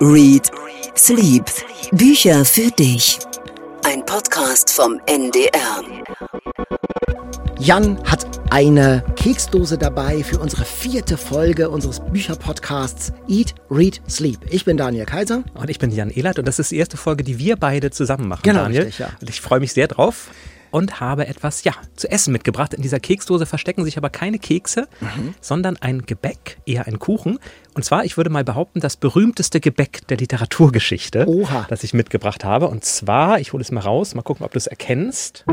Read Sleep. Bücher für dich. Ein Podcast vom NDR. Jan hat eine Keksdose dabei für unsere 4. Folge unseres Bücherpodcasts Eat, Read, Sleep. Ich bin Daniel Kaiser. Und ich bin Jan Ehlert und das ist die erste Folge, die wir beide zusammen machen, genau, Daniel. Richtig, ja. Und ich freue mich sehr drauf und habe etwas zu essen mitgebracht. In dieser Keksdose verstecken sich aber keine Kekse, sondern ein Gebäck, eher ein Kuchen. Und zwar, ich würde mal behaupten, das berühmteste Gebäck der Literaturgeschichte, das ich mitgebracht habe. Und zwar, ich hole es mal raus, mal gucken, ob du es erkennst.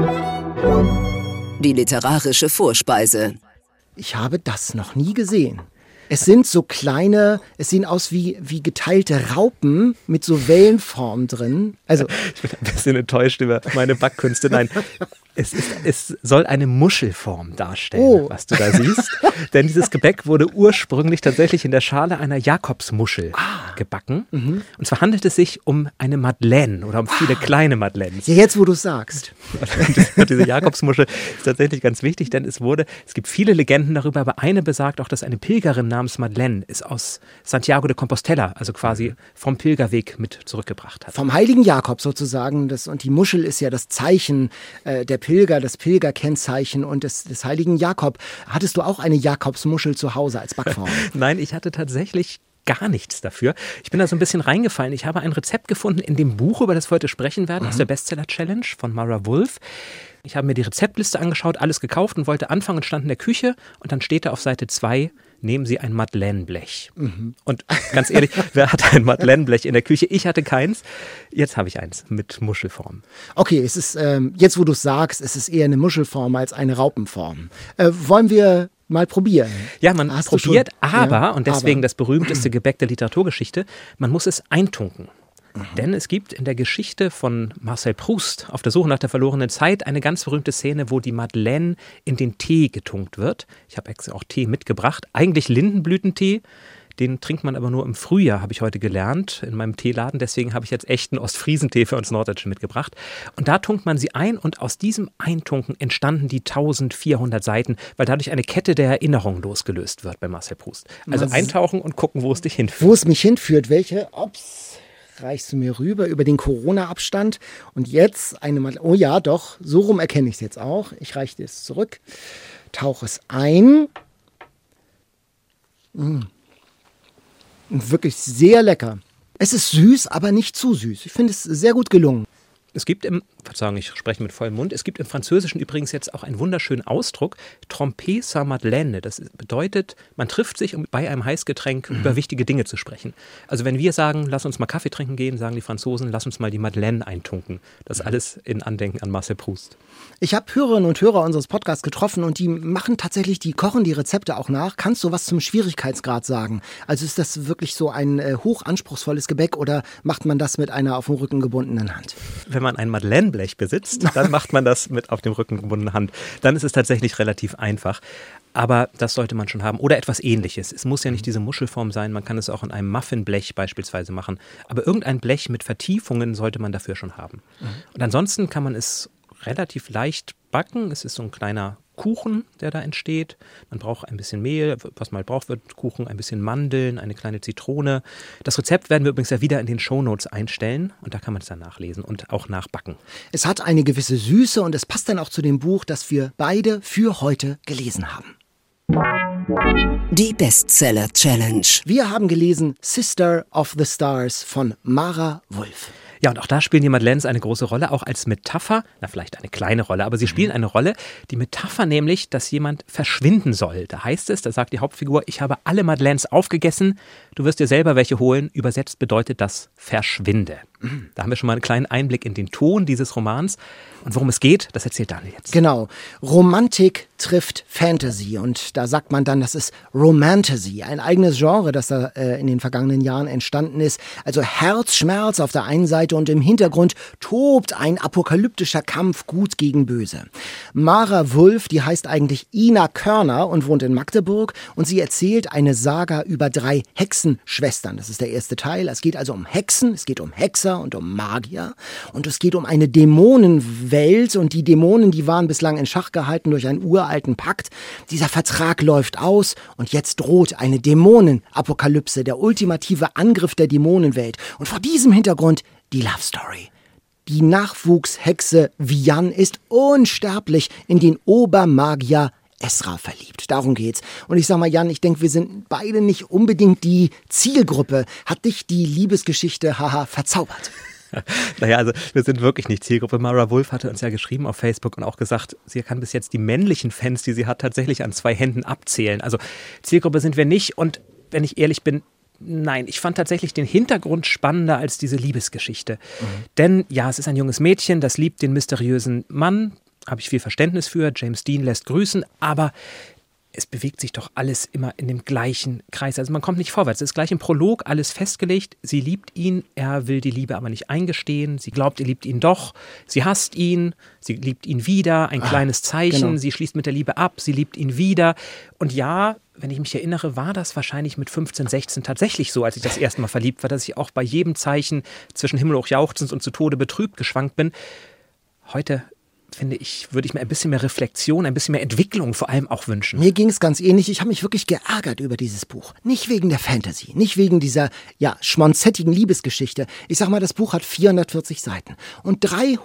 Die literarische Vorspeise. Ich habe das noch nie gesehen. Es sind so kleine, es sehen aus wie geteilte Raupen mit so Wellenform drin. Also ich bin ein bisschen enttäuscht über meine Backkünste. Nein, es soll eine Muschelform darstellen, was du da siehst. Denn dieses Gebäck wurde ursprünglich tatsächlich in der Schale einer Jakobsmuschel gebacken. Und zwar handelt es sich um eine Madeleine oder um viele kleine Madeleines. Ja, jetzt, wo du es sagst. Diese Jakobsmuschel ist tatsächlich ganz wichtig, denn es gibt viele Legenden darüber, aber eine besagt auch, dass eine Pilgerin namens Madeleine es aus Santiago de Compostela, also quasi vom Pilgerweg mit zurückgebracht hat. Vom heiligen Jakob sozusagen. Und die Muschel ist ja das Zeichen der Pilger, das Pilgerkennzeichen und des heiligen Jakob. Hattest du auch eine Jakobsmuschel zu Hause als Backform? Nein, ich hatte tatsächlich gar nichts dafür. Ich bin da so ein bisschen reingefallen. Ich habe ein Rezept gefunden in dem Buch, über das wir heute sprechen werden, aus der Bestseller-Challenge von Mara Wolf. Ich habe mir die Rezeptliste angeschaut, alles gekauft und wollte anfangen, stand in der Küche und dann steht da auf Seite 2, nehmen Sie ein Madeleine-Blech. Und ganz ehrlich, wer hat ein Madeleine-Blech in der Küche? Ich hatte keins. Jetzt habe ich eins mit Muschelform. Okay, es ist, jetzt wo du es sagst, es ist eher eine Muschelform als eine Raupenform. Wollen wir mal probieren? Ja, man probiert, und deswegen das berühmteste Gebäck der Literaturgeschichte, man muss es eintunken. Denn es gibt in der Geschichte von Marcel Proust auf der Suche nach der verlorenen Zeit eine ganz berühmte Szene, wo die Madeleine in den Tee getunkt wird. Ich habe extra auch Tee mitgebracht. Eigentlich Lindenblütentee. Den trinkt man aber nur im Frühjahr, habe ich heute gelernt, in meinem Teeladen. Deswegen habe ich jetzt echten Ostfriesentee für uns Norddeutsche mitgebracht. Und da tunkt man sie ein und aus diesem Eintunken entstanden die 1400 Seiten, weil dadurch eine Kette der Erinnerungen losgelöst wird bei Marcel Proust. Also eintauchen und gucken, wo es dich hinführt. Wo es mich hinführt, reichst du mir rüber über den Corona-Abstand und jetzt eine Madeleine. Oh ja, doch, so rum erkenne ich es jetzt auch. Ich reiche dir es zurück, tauche es ein. Wirklich sehr lecker. Es ist süß, aber nicht zu süß. Ich finde es sehr gut gelungen. Es gibt ich spreche mit vollem Mund, es gibt im Französischen übrigens jetzt auch einen wunderschönen Ausdruck, tromper sa Madeleine. Das bedeutet, man trifft sich, um bei einem Heißgetränk über wichtige Dinge zu sprechen. Also wenn wir sagen, lass uns mal Kaffee trinken gehen, sagen die Franzosen, lass uns mal die Madeleine eintunken. Das alles in Andenken an Marcel Proust. Ich habe Hörerinnen und Hörer unseres Podcasts getroffen und die kochen die Rezepte auch nach. Kannst du was zum Schwierigkeitsgrad sagen? Also ist das wirklich so ein hochanspruchsvolles Gebäck oder macht man das mit einer auf dem Rücken gebundenen Hand? Wenn man ein Madeleine-Blech besitzt, dann macht man das mit auf dem Rücken gebundenen Hand. Dann ist es tatsächlich relativ einfach. Aber das sollte man schon haben. Oder etwas Ähnliches. Es muss ja nicht diese Muschelform sein. Man kann es auch in einem Muffinblech beispielsweise machen. Aber irgendein Blech mit Vertiefungen sollte man dafür schon haben. Und ansonsten kann man es relativ leicht backen. Es ist so ein kleiner Kuchen, der da entsteht. Man braucht ein bisschen Mehl, was man braucht, wird Kuchen, ein bisschen Mandeln, eine kleine Zitrone. Das Rezept werden wir übrigens ja wieder in den Shownotes einstellen und da kann man es dann nachlesen und auch nachbacken. Es hat eine gewisse Süße und es passt dann auch zu dem Buch, das wir beide für heute gelesen haben. Die Bestseller-Challenge. Wir haben gelesen Sister of the Stars von Mara Wolf. Ja, und auch da spielen die Madeleines eine große Rolle, auch als Metapher, vielleicht eine kleine Rolle, aber sie spielen eine Rolle. Die Metapher nämlich, dass jemand verschwinden soll. Da heißt es, da sagt die Hauptfigur, ich habe alle Madeleines aufgegessen, du wirst dir selber welche holen. Übersetzt bedeutet das verschwinde. Da haben wir schon mal einen kleinen Einblick in den Ton dieses Romans. Und worum es geht, das erzählt Daniel jetzt. Genau. Romantik trifft Fantasy. Und da sagt man dann, das ist Romantasy. Ein eigenes Genre, das da in den vergangenen Jahren entstanden ist. Also Herzschmerz auf der einen Seite und im Hintergrund tobt ein apokalyptischer Kampf gut gegen böse. Mara Wolf, die heißt eigentlich Ina Körner und wohnt in Magdeburg. Und sie erzählt eine Saga über 3 Hexenschwestern. Das ist der erste Teil. Es geht also um Hexen, es geht um Hexer Hexer und um Magier. Und es geht um eine Dämonenwelt. Und die Dämonen, die waren bislang in Schach gehalten durch einen uralten Pakt. Dieser Vertrag läuft aus und jetzt droht eine Dämonenapokalypse, der ultimative Angriff der Dämonenwelt. Und vor diesem Hintergrund die Love Story. Die Nachwuchshexe Vian ist unsterblich in den Obermagier Ezra verliebt. Darum geht's. Und ich sag mal, Jan, ich denke, wir sind beide nicht unbedingt die Zielgruppe. Hat dich die Liebesgeschichte, verzaubert? Naja, also wir sind wirklich nicht Zielgruppe. Mara Wolf hatte uns ja geschrieben auf Facebook und auch gesagt, sie kann bis jetzt die männlichen Fans, die sie hat, tatsächlich an 2 Händen abzählen. Also Zielgruppe sind wir nicht. Und wenn ich ehrlich bin, nein, ich fand tatsächlich den Hintergrund spannender als diese Liebesgeschichte. Denn ja, es ist ein junges Mädchen, das liebt den mysteriösen Mann. Habe ich viel Verständnis für. James Dean lässt grüßen, aber es bewegt sich doch alles immer in dem gleichen Kreis. Also man kommt nicht vorwärts. Es ist gleich im Prolog alles festgelegt. Sie liebt ihn, er will die Liebe aber nicht eingestehen. Sie glaubt, er liebt ihn doch. Sie hasst ihn, sie liebt ihn wieder. Ein kleines Zeichen. Genau. Sie schließt mit der Liebe ab, sie liebt ihn wieder. Und ja, wenn ich mich erinnere, war das wahrscheinlich mit 15, 16 tatsächlich so, als ich das erste Mal verliebt war, dass ich auch bei jedem Zeichen zwischen himmelhoch jauchzend und zu Tode betrübt geschwankt bin. Heute finde ich, würde ich mir ein bisschen mehr Reflexion, ein bisschen mehr Entwicklung vor allem auch wünschen. Mir ging es ganz ähnlich. Ich habe mich wirklich geärgert über dieses Buch. Nicht wegen der Fantasy, nicht wegen dieser, schmonzettigen Liebesgeschichte. Ich sag mal, das Buch hat 440 Seiten. Und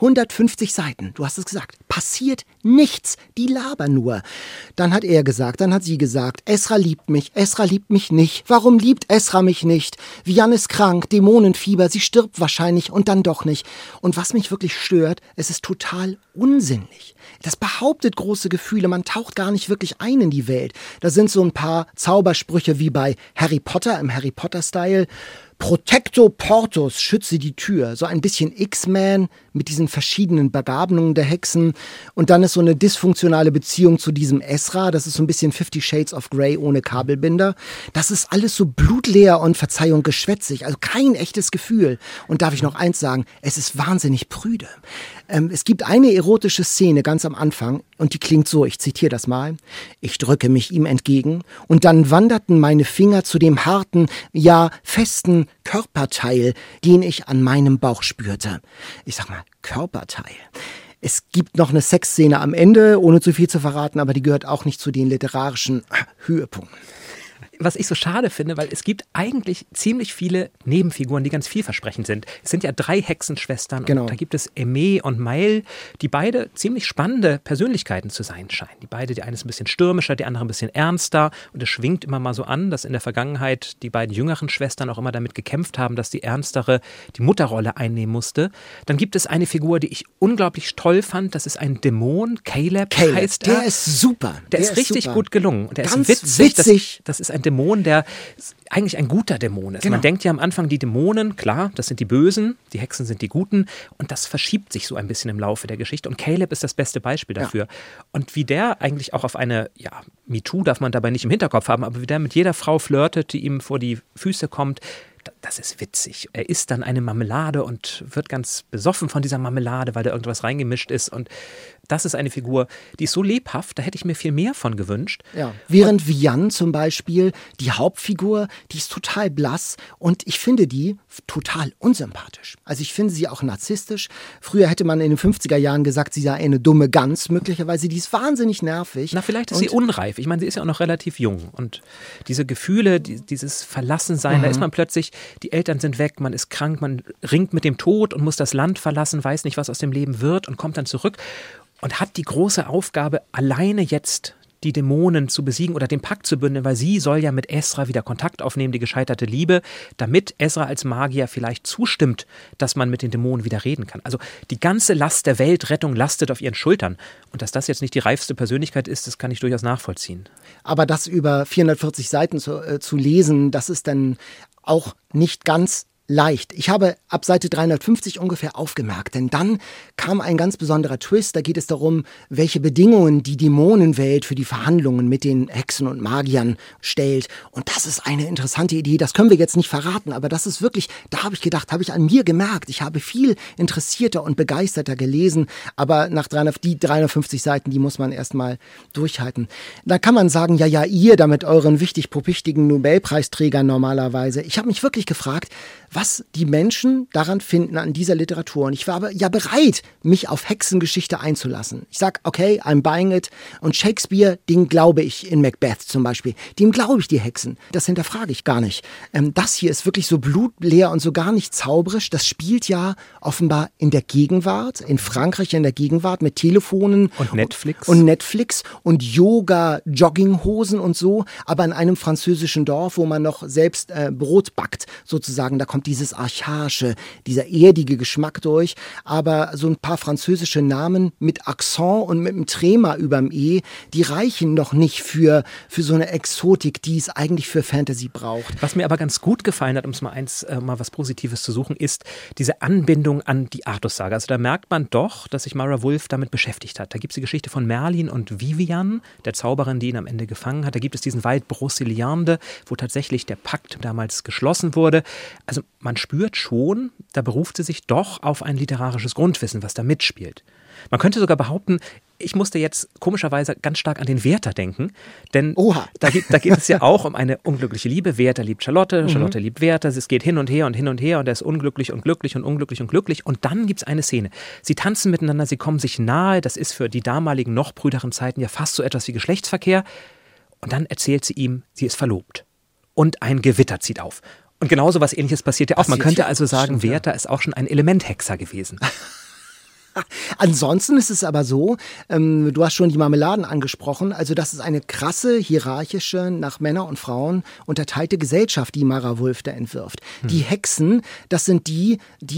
350 Seiten, du hast es gesagt, passiert nichts. Die labern nur. Dann hat er gesagt, dann hat sie gesagt, Ezra liebt mich nicht. Warum liebt Ezra mich nicht? Vian ist krank, Dämonenfieber, sie stirbt wahrscheinlich und dann doch nicht. Und was mich wirklich stört, es ist total unsinnlich. Das behauptet große Gefühle, man taucht gar nicht wirklich ein in die Welt. Da sind so ein paar Zaubersprüche wie bei Harry Potter im Harry Potter-Style. Protecto Portus, schütze die Tür. So ein bisschen X-Men mit diesen verschiedenen Begabungen der Hexen. Und dann ist so eine dysfunktionale Beziehung zu diesem Ezra. Das ist so ein bisschen 50 Shades of Grey ohne Kabelbinder. Das ist alles so blutleer und, Verzeihung, geschwätzig. Also kein echtes Gefühl. Und darf ich noch eins sagen? Es ist wahnsinnig prüde. Es gibt eine erotische Szene ganz am Anfang und die klingt so, ich zitiere das mal. Ich drücke mich ihm entgegen und dann wanderten meine Finger zu dem harten, ja festen Körperteil, den ich an meinem Bauch spürte. Ich sag mal, Körperteil. Es gibt noch eine Sexszene am Ende, ohne zu viel zu verraten, aber die gehört auch nicht zu den literarischen Höhepunkten. Was ich so schade finde, weil es gibt eigentlich ziemlich viele Nebenfiguren, die ganz vielversprechend sind. Es sind ja 3 Hexenschwestern und da gibt es Aimee und Mael, die beide ziemlich spannende Persönlichkeiten zu sein scheinen. Die eine ist ein bisschen stürmischer, die andere ein bisschen ernster und es schwingt immer mal so an, dass in der Vergangenheit die beiden jüngeren Schwestern auch immer damit gekämpft haben, dass die ernstere die Mutterrolle einnehmen musste. Dann gibt es eine Figur, die ich unglaublich toll fand, das ist ein Dämon, Caleb heißt er. Der ist super. Der ist richtig gut gelungen. Und der ganz ist witzig. Das ist ein Dämon, der eigentlich ein guter Dämon ist. Genau. Man denkt ja am Anfang, die Dämonen, klar, das sind die Bösen, die Hexen sind die Guten und das verschiebt sich so ein bisschen im Laufe der Geschichte und Caleb ist das beste Beispiel dafür. Ja. Und wie der eigentlich auch auf eine, MeToo darf man dabei nicht im Hinterkopf haben, aber wie der mit jeder Frau flirtet, die ihm vor die Füße kommt, das ist witzig. Er isst dann eine Marmelade und wird ganz besoffen von dieser Marmelade, weil da irgendwas reingemischt ist. Und das ist eine Figur, die ist so lebhaft, da hätte ich mir viel mehr von gewünscht. Ja. Während Vian zum Beispiel, die Hauptfigur, die ist total blass und ich finde die total unsympathisch. Also ich finde sie auch narzisstisch. Früher hätte man in den 50er Jahren gesagt, sie sei eine dumme Gans möglicherweise. Die ist wahnsinnig nervig. Na, vielleicht ist sie unreif. Ich meine, sie ist ja auch noch relativ jung. Und diese Gefühle, dieses Verlassensein, da ist man plötzlich, die Eltern sind weg, man ist krank, man ringt mit dem Tod und muss das Land verlassen, weiß nicht, was aus dem Leben wird und kommt dann zurück und hat die große Aufgabe, alleine jetzt die Dämonen zu besiegen oder den Pakt zu bündeln, weil sie soll ja mit Ezra wieder Kontakt aufnehmen, die gescheiterte Liebe, damit Ezra als Magier vielleicht zustimmt, dass man mit den Dämonen wieder reden kann. Also die ganze Last der Weltrettung lastet auf ihren Schultern. Und dass das jetzt nicht die reifste Persönlichkeit ist, das kann ich durchaus nachvollziehen. Aber das über 440 Seiten zu lesen, das ist dann auch nicht ganz leicht. Ich habe ab Seite 350 ungefähr aufgemerkt, denn dann kam ein ganz besonderer Twist. Da geht es darum, welche Bedingungen die Dämonenwelt für die Verhandlungen mit den Hexen und Magiern stellt. Und das ist eine interessante Idee. Das können wir jetzt nicht verraten, aber das ist wirklich, da habe ich gedacht, habe ich an mir gemerkt. Ich habe viel interessierter und begeisterter gelesen, aber nach die 350 Seiten, die muss man erstmal durchhalten. Da kann man sagen, ja, ihr da mit euren wichtig-popichtigen Nobelpreisträgern normalerweise. Ich habe mich wirklich gefragt, was die Menschen daran finden an dieser Literatur. Und ich war aber ja bereit, mich auf Hexengeschichte einzulassen. Ich sag, okay, I'm buying it. Und Shakespeare, den glaube ich in Macbeth zum Beispiel. Dem glaube ich die Hexen. Das hinterfrage ich gar nicht. Das hier ist wirklich so blutleer und so gar nicht zauberisch. Das spielt ja offenbar in der Gegenwart, in Frankreich in der Gegenwart mit Telefonen. Und Netflix. Und Yoga, Jogginghosen und so. Aber in einem französischen Dorf, wo man noch selbst Brot backt, sozusagen. Da kommt dieses Archaische, dieser erdige Geschmack durch. Aber so ein paar französische Namen mit Akzent und mit einem Trema überm E, die reichen noch nicht für so eine Exotik, die es eigentlich für Fantasy braucht. Was mir aber ganz gut gefallen hat, um es mal was Positives zu suchen, ist diese Anbindung an die Artus-Saga. Also da merkt man doch, dass sich Mara Wulff damit beschäftigt hat. Da gibt es die Geschichte von Merlin und Vivian, der Zauberin, die ihn am Ende gefangen hat. Da gibt es diesen Wald Brocéliande, wo tatsächlich der Pakt damals geschlossen wurde. Also man spürt schon, da beruft sie sich doch auf ein literarisches Grundwissen, was da mitspielt. Man könnte sogar behaupten, ich musste jetzt komischerweise ganz stark an den Werther denken, denn da geht es ja auch um eine unglückliche Liebe. Werther liebt Charlotte, Charlotte liebt Werther, es geht hin und her und er ist unglücklich und glücklich und unglücklich und glücklich und dann gibt es eine Szene. Sie tanzen miteinander, sie kommen sich nahe, das ist für die damaligen noch brüderen Zeiten ja fast so etwas wie Geschlechtsverkehr und dann erzählt sie ihm, sie ist verlobt und ein Gewitter zieht auf. Und genauso was Ähnliches passiert ja auch. Man könnte also sagen, Werther ist auch schon ein Elementhexer gewesen. Ansonsten ist es aber so, du hast schon die Marmeladen angesprochen, also das ist eine krasse, hierarchische, nach Männer und Frauen unterteilte Gesellschaft, die Mara Wulff da entwirft. Die Hexen, das sind die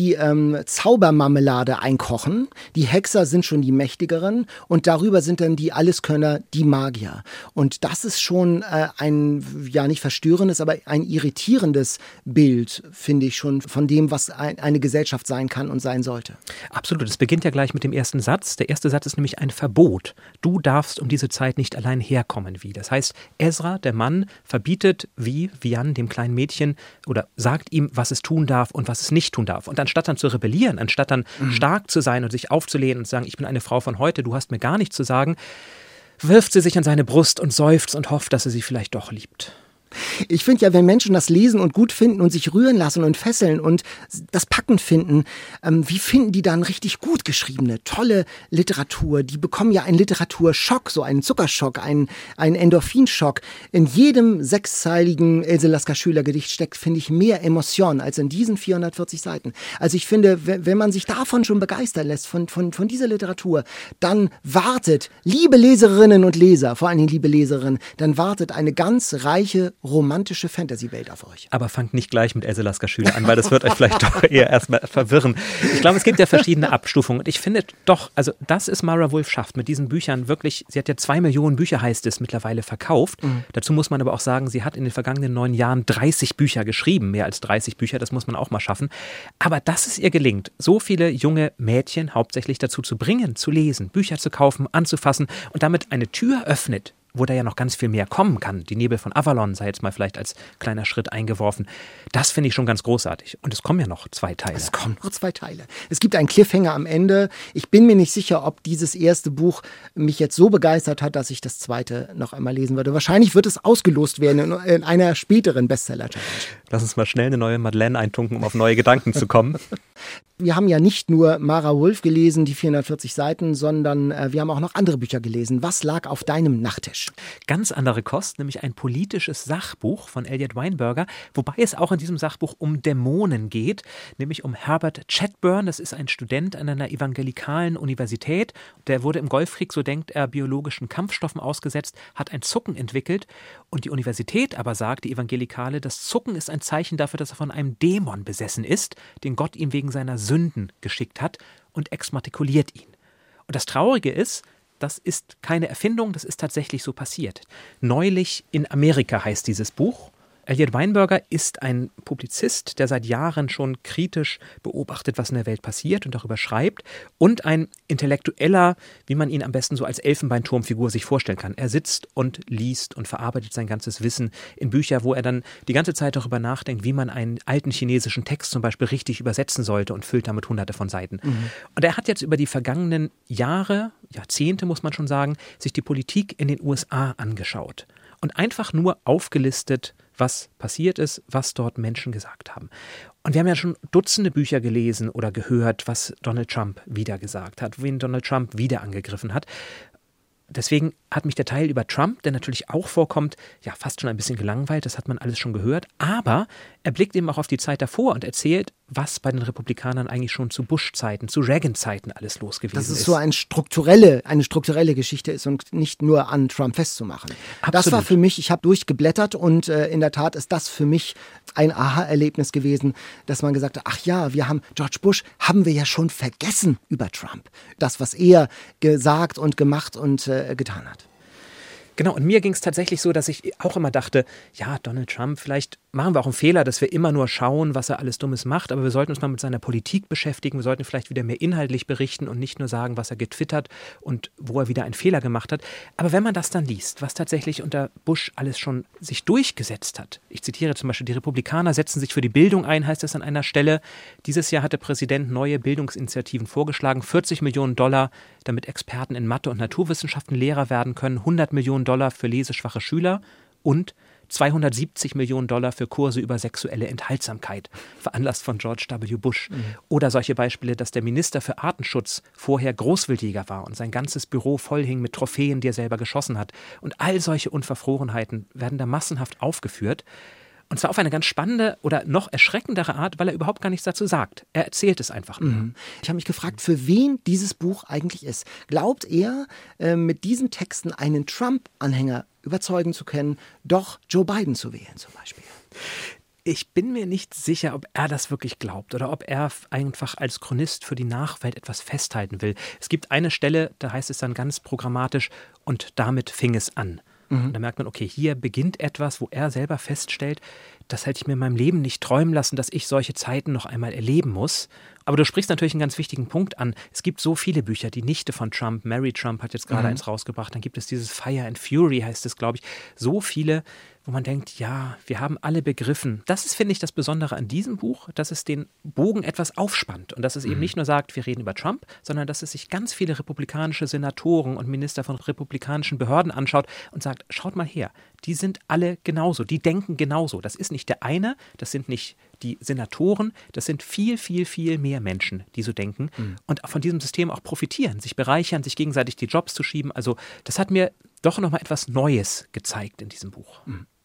Zaubermarmelade einkochen. Die Hexer sind schon die Mächtigeren und darüber sind dann die Alleskönner, die Magier. Und das ist schon ein, ja nicht verstörendes, aber ein irritierendes Bild, finde ich schon, von dem, was eine Gesellschaft sein kann und sein sollte. Absolut, es beginnt ja gleich mit dem ersten Satz. Der erste Satz ist nämlich ein Verbot. Du darfst um diese Zeit nicht allein herkommen, wie. Das heißt, Ezra, der Mann, verbietet Vivian, dem kleinen Mädchen, oder sagt ihm, was es tun darf und was es nicht tun darf. Und anstatt dann zu rebellieren, anstatt dann stark zu sein und sich aufzulehnen und zu sagen, ich bin eine Frau von heute, du hast mir gar nichts zu sagen, wirft sie sich an seine Brust und seufzt und hofft, dass er sie vielleicht doch liebt. Ich finde ja, wenn Menschen das lesen und gut finden und sich rühren lassen und fesseln und das packend finden, wie finden die dann richtig gut geschriebene, tolle Literatur? Die bekommen ja einen Literaturschock, so einen Zuckerschock, einen Endorphinschock. In jedem sechszeiligen Else Lasker-Schüler-Gedicht steckt, finde ich, mehr Emotion als in diesen 440 Seiten. Also ich finde, wenn man sich davon schon begeistern lässt, von dieser Literatur, dann wartet, liebe Leserinnen und Leser, vor allem liebe Leserinnen, dann wartet eine ganz reiche romantische Fantasy-Welt auf euch. Aber fangt nicht gleich mit Else Lasker-Schüler an, weil das wird euch vielleicht doch eher erstmal verwirren. Ich glaube, es gibt ja verschiedene Abstufungen und ich finde doch, also dass es Mara Wulff schafft, mit diesen Büchern wirklich, sie hat ja 2 Millionen Bücher, heißt es, mittlerweile verkauft. Dazu muss man aber auch sagen, sie hat in den vergangenen 9 Jahren 30 Bücher geschrieben, mehr als 30 Bücher, das muss man auch mal schaffen. Aber dass es ihr gelingt, so viele junge Mädchen hauptsächlich dazu zu bringen, zu lesen, Bücher zu kaufen, anzufassen und damit eine Tür öffnet, wo da ja noch ganz viel mehr kommen kann. Die Nebel von Avalon sei jetzt mal vielleicht als kleiner Schritt eingeworfen. Das finde ich schon ganz großartig. Und es kommen ja noch 2 Teile. Es kommen noch 2 Teile. Es gibt einen Cliffhanger am Ende. Ich bin mir nicht sicher, ob dieses erste Buch mich jetzt so begeistert hat, dass ich das zweite noch einmal lesen würde. Wahrscheinlich wird es ausgelost werden in einer späteren Bestseller-Challenge. Lass uns mal schnell eine neue Madeleine eintunken, um auf neue Gedanken zu kommen. Wir haben ja nicht nur Mara Wulff gelesen, die 440 Seiten, sondern wir haben auch noch andere Bücher gelesen. Was lag auf deinem Nachttisch? Ganz andere Kost, nämlich ein politisches Sachbuch von Elliot Weinberger, wobei es auch in diesem Sachbuch um Dämonen geht, nämlich um Herbert Chadbourne. Das ist ein Student an einer evangelikalen Universität. Der wurde im Golfkrieg, so denkt er, biologischen Kampfstoffen ausgesetzt, hat ein Zucken entwickelt und die Universität aber sagt, die Evangelikale, das Zucken ist ein Zeichen dafür, dass er von einem Dämon besessen ist, den Gott ihm wegen seiner Sünden geschickt hat und exmatrikuliert ihn. Und das Traurige ist, das ist keine Erfindung, das ist tatsächlich so passiert. Neulich in Amerika heißt dieses Buch. Elliot Weinberger ist ein Publizist, der seit Jahren schon kritisch beobachtet, was in der Welt passiert und darüber schreibt. Und ein Intellektueller, wie man ihn am besten so als Elfenbeinturmfigur sich vorstellen kann. Er sitzt und liest und verarbeitet sein ganzes Wissen in Bücher, wo er dann die ganze Zeit darüber nachdenkt, wie man einen alten chinesischen Text zum Beispiel richtig übersetzen sollte und füllt damit hunderte von Seiten. Und er hat jetzt über die vergangenen Jahre, Jahrzehnte muss man schon sagen, sich die Politik in den USA angeschaut. Und einfach nur aufgelistet, was passiert ist, was dort Menschen gesagt haben. Und wir haben ja schon Dutzende Bücher gelesen oder gehört, was Donald Trump wieder gesagt hat, wen Donald Trump wieder angegriffen hat. Deswegen hat mich der Teil über Trump, der natürlich auch vorkommt, ja fast schon ein bisschen gelangweilt, das hat man alles schon gehört, aber er blickt eben auch auf die Zeit davor und erzählt, was bei den Republikanern eigentlich schon zu Bush-Zeiten, zu Reagan-Zeiten alles los gewesen ist. Dass es so eine strukturelle Geschichte ist und nicht nur an Trump festzumachen. Absolut. Das war für mich, ich habe durchgeblättert und in der Tat ist das für mich ein Aha-Erlebnis gewesen, dass man gesagt hat, ach ja, George Bush haben wir ja schon vergessen über Trump. Das, was er gesagt und gemacht und getan hat. Genau, und mir ging es tatsächlich so, dass ich auch immer dachte, ja, Donald Trump, vielleicht machen wir auch einen Fehler, dass wir immer nur schauen, was er alles Dummes macht, aber wir sollten uns mal mit seiner Politik beschäftigen, wir sollten vielleicht wieder mehr inhaltlich berichten und nicht nur sagen, was er getwittert und wo er wieder einen Fehler gemacht hat. Aber wenn man das dann liest, was tatsächlich unter Bush alles schon sich durchgesetzt hat, ich zitiere zum Beispiel, die Republikaner setzen sich für die Bildung ein, heißt es an einer Stelle. Dieses Jahr hat der Präsident neue Bildungsinitiativen vorgeschlagen, 40 Millionen $, damit Experten in Mathe und Naturwissenschaften Lehrer werden können, 100 Millionen $ für leseschwache Schüler und 270 Millionen $ für Kurse über sexuelle Enthaltsamkeit, veranlasst von George W. Bush. Oder solche Beispiele, dass der Minister für Artenschutz vorher Großwildjäger war und sein ganzes Büro vollhing mit Trophäen, die er selber geschossen hat. Und all solche Unverfrorenheiten werden da massenhaft aufgeführt. Und zwar auf eine ganz spannende oder noch erschreckendere Art, weil er überhaupt gar nichts dazu sagt. Er erzählt es einfach nur. Ich habe mich gefragt, für wen dieses Buch eigentlich ist. Glaubt er, mit diesen Texten einen Trump-Anhänger überzeugen zu können, doch Joe Biden zu wählen zum Beispiel? Ich bin mir nicht sicher, ob er das wirklich glaubt oder ob er einfach als Chronist für die Nachwelt etwas festhalten will. Es gibt eine Stelle, da heißt es dann ganz programmatisch, und damit fing es an. Und da merkt man, okay, hier beginnt etwas, wo er selber feststellt, das hätte ich mir in meinem Leben nicht träumen lassen, dass ich solche Zeiten noch einmal erleben muss. Aber du sprichst natürlich einen ganz wichtigen Punkt an. Es gibt so viele Bücher. Die Nichte von Trump, Mary Trump, hat jetzt gerade eins rausgebracht. Dann gibt es dieses Fire and Fury, heißt es, glaube ich. So viele, wo man denkt, ja, wir haben alle begriffen. Das ist, finde ich, das Besondere an diesem Buch, dass es den Bogen etwas aufspannt. Und dass es eben nicht nur sagt, wir reden über Trump, sondern dass es sich ganz viele republikanische Senatoren und Minister von republikanischen Behörden anschaut und sagt, schaut mal her, die sind alle genauso, die denken genauso. Das ist nicht der eine, das sind nicht die Senatoren, das sind viel, viel, viel mehr Menschen, die so denken und von diesem System auch profitieren, sich bereichern, sich gegenseitig die Jobs zu schieben. Also das hat mir doch nochmal etwas Neues gezeigt in diesem Buch.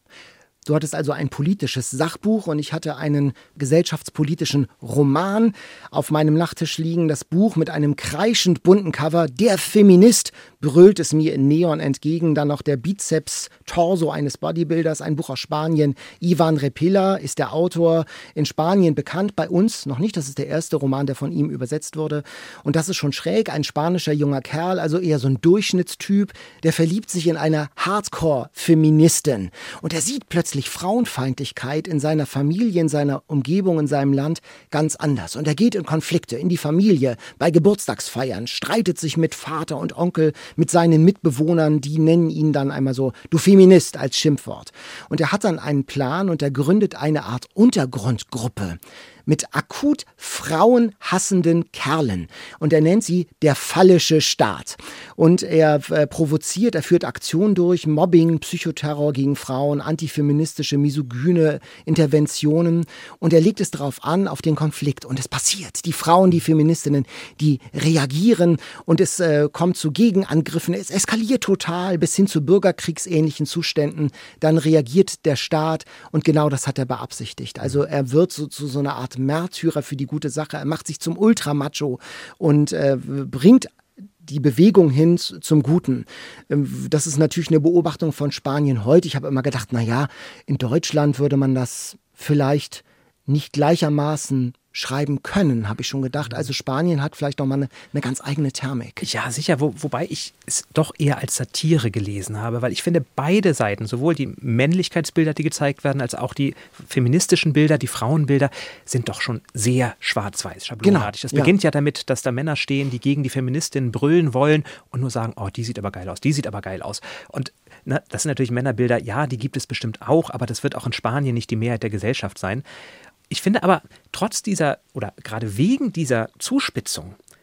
Du hattest also ein politisches Sachbuch und ich hatte einen gesellschaftspolitischen Roman auf meinem Nachttisch liegen. Das Buch mit einem kreischend bunten Cover. Der Feminist brüllt es mir in Neon entgegen. Dann noch der Bizeps-Torso eines Bodybuilders. Ein Buch aus Spanien. Ivan Repilla ist der Autor, in Spanien bekannt, bei uns noch nicht. Das ist der erste Roman, der von ihm übersetzt wurde. Und das ist schon schräg. Ein spanischer junger Kerl, also eher so ein Durchschnittstyp, der verliebt sich in eine Hardcore-Feministin. Und er sieht plötzlich Frauenfeindlichkeit in seiner Familie, in seiner Umgebung, in seinem Land ganz anders. Und er geht in Konflikte, in die Familie, bei Geburtstagsfeiern, streitet sich mit Vater und Onkel, mit seinen Mitbewohnern, die nennen ihn dann einmal so, du Feminist, als Schimpfwort. Und er hat dann einen Plan und er gründet eine Art Untergrundgruppe mit akut frauenhassenden Kerlen. Und er nennt sie der phallische Staat. Und er provoziert, er führt Aktionen durch, Mobbing, Psychoterror gegen Frauen, antifeministische, misogyne Interventionen. Und er legt es darauf an, auf den Konflikt. Und es passiert. Die Frauen, die Feministinnen, die reagieren und es kommt zu Gegenangriffen. Es eskaliert total bis hin zu bürgerkriegsähnlichen Zuständen. Dann reagiert der Staat und genau das hat er beabsichtigt. Also er wird zu so einer Art Märtyrer für die gute Sache. Er macht sich zum Ultramacho und bringt die Bewegung hin zum Guten. Das ist natürlich eine Beobachtung von Spanien heute. Ich habe immer gedacht, naja, in Deutschland würde man das vielleicht nicht gleichermaßen schreiben können, habe ich schon gedacht. Also Spanien hat vielleicht nochmal eine ganz eigene Thermik. Ja, sicher, wobei ich es doch eher als Satire gelesen habe, weil ich finde, beide Seiten, sowohl die Männlichkeitsbilder, die gezeigt werden, als auch die feministischen Bilder, die Frauenbilder, sind doch schon sehr schwarz-weiß, schablonartig. Das beginnt ja damit, dass da Männer stehen, die gegen die Feministinnen brüllen wollen und nur sagen, oh, die sieht aber geil aus, die sieht aber geil aus. Und das sind natürlich Männerbilder, ja, die gibt es bestimmt auch, aber das wird auch in Spanien nicht die Mehrheit der Gesellschaft sein. Ich finde aber, trotz dieser oder gerade wegen dieser Zuspitzung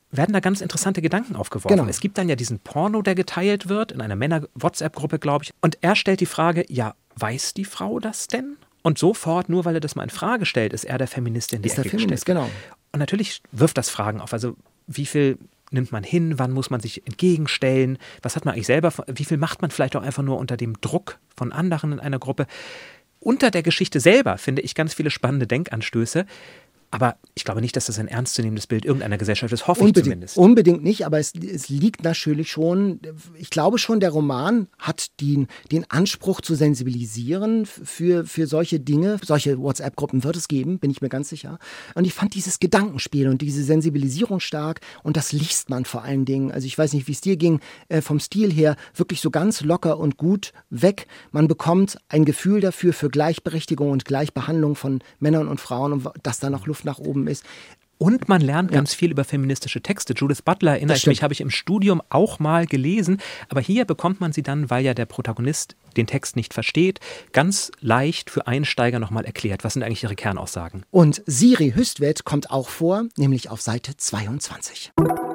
werden da ganz interessante Gedanken aufgeworfen. Genau. Es gibt dann ja diesen Porno, der geteilt wird, in einer Männer-WhatsApp-Gruppe, glaube ich. Und er stellt die Frage, ja, weiß die Frau das denn? Und sofort, nur weil er das mal in Frage stellt, ist er der Feminist in die Ecke gestellt. Genau. Und natürlich wirft das Fragen auf. Also wie viel nimmt man hin? Wann muss man sich entgegenstellen? Was hat man eigentlich selber? Wie viel macht man vielleicht auch einfach nur unter dem Druck von anderen in einer Gruppe? Unter der Geschichte selber finde ich ganz viele spannende Denkanstöße. Aber ich glaube nicht, dass das ein ernstzunehmendes Bild irgendeiner Gesellschaft ist, hoffe ich zumindest. Unbedingt nicht, aber es liegt natürlich schon, ich glaube schon, der Roman hat den Anspruch zu sensibilisieren für solche Dinge. Solche WhatsApp-Gruppen wird es geben, bin ich mir ganz sicher. Und ich fand dieses Gedankenspiel und diese Sensibilisierung stark und das liest man vor allen Dingen. Also ich weiß nicht, wie es dir ging, vom Stil her wirklich so ganz locker und gut weg. Man bekommt ein Gefühl dafür für Gleichberechtigung und Gleichbehandlung von Männern und Frauen und dass da noch Luft nach oben ist. Und man lernt ganz viel über feministische Texte. Judith Butler, erinnere ich mich, habe ich im Studium auch mal gelesen. Aber hier bekommt man sie dann, weil ja der Protagonist den Text nicht versteht, ganz leicht für Einsteiger nochmal erklärt. Was sind eigentlich ihre Kernaussagen? Und Siri Hüstvedt kommt auch vor, nämlich auf Seite 22.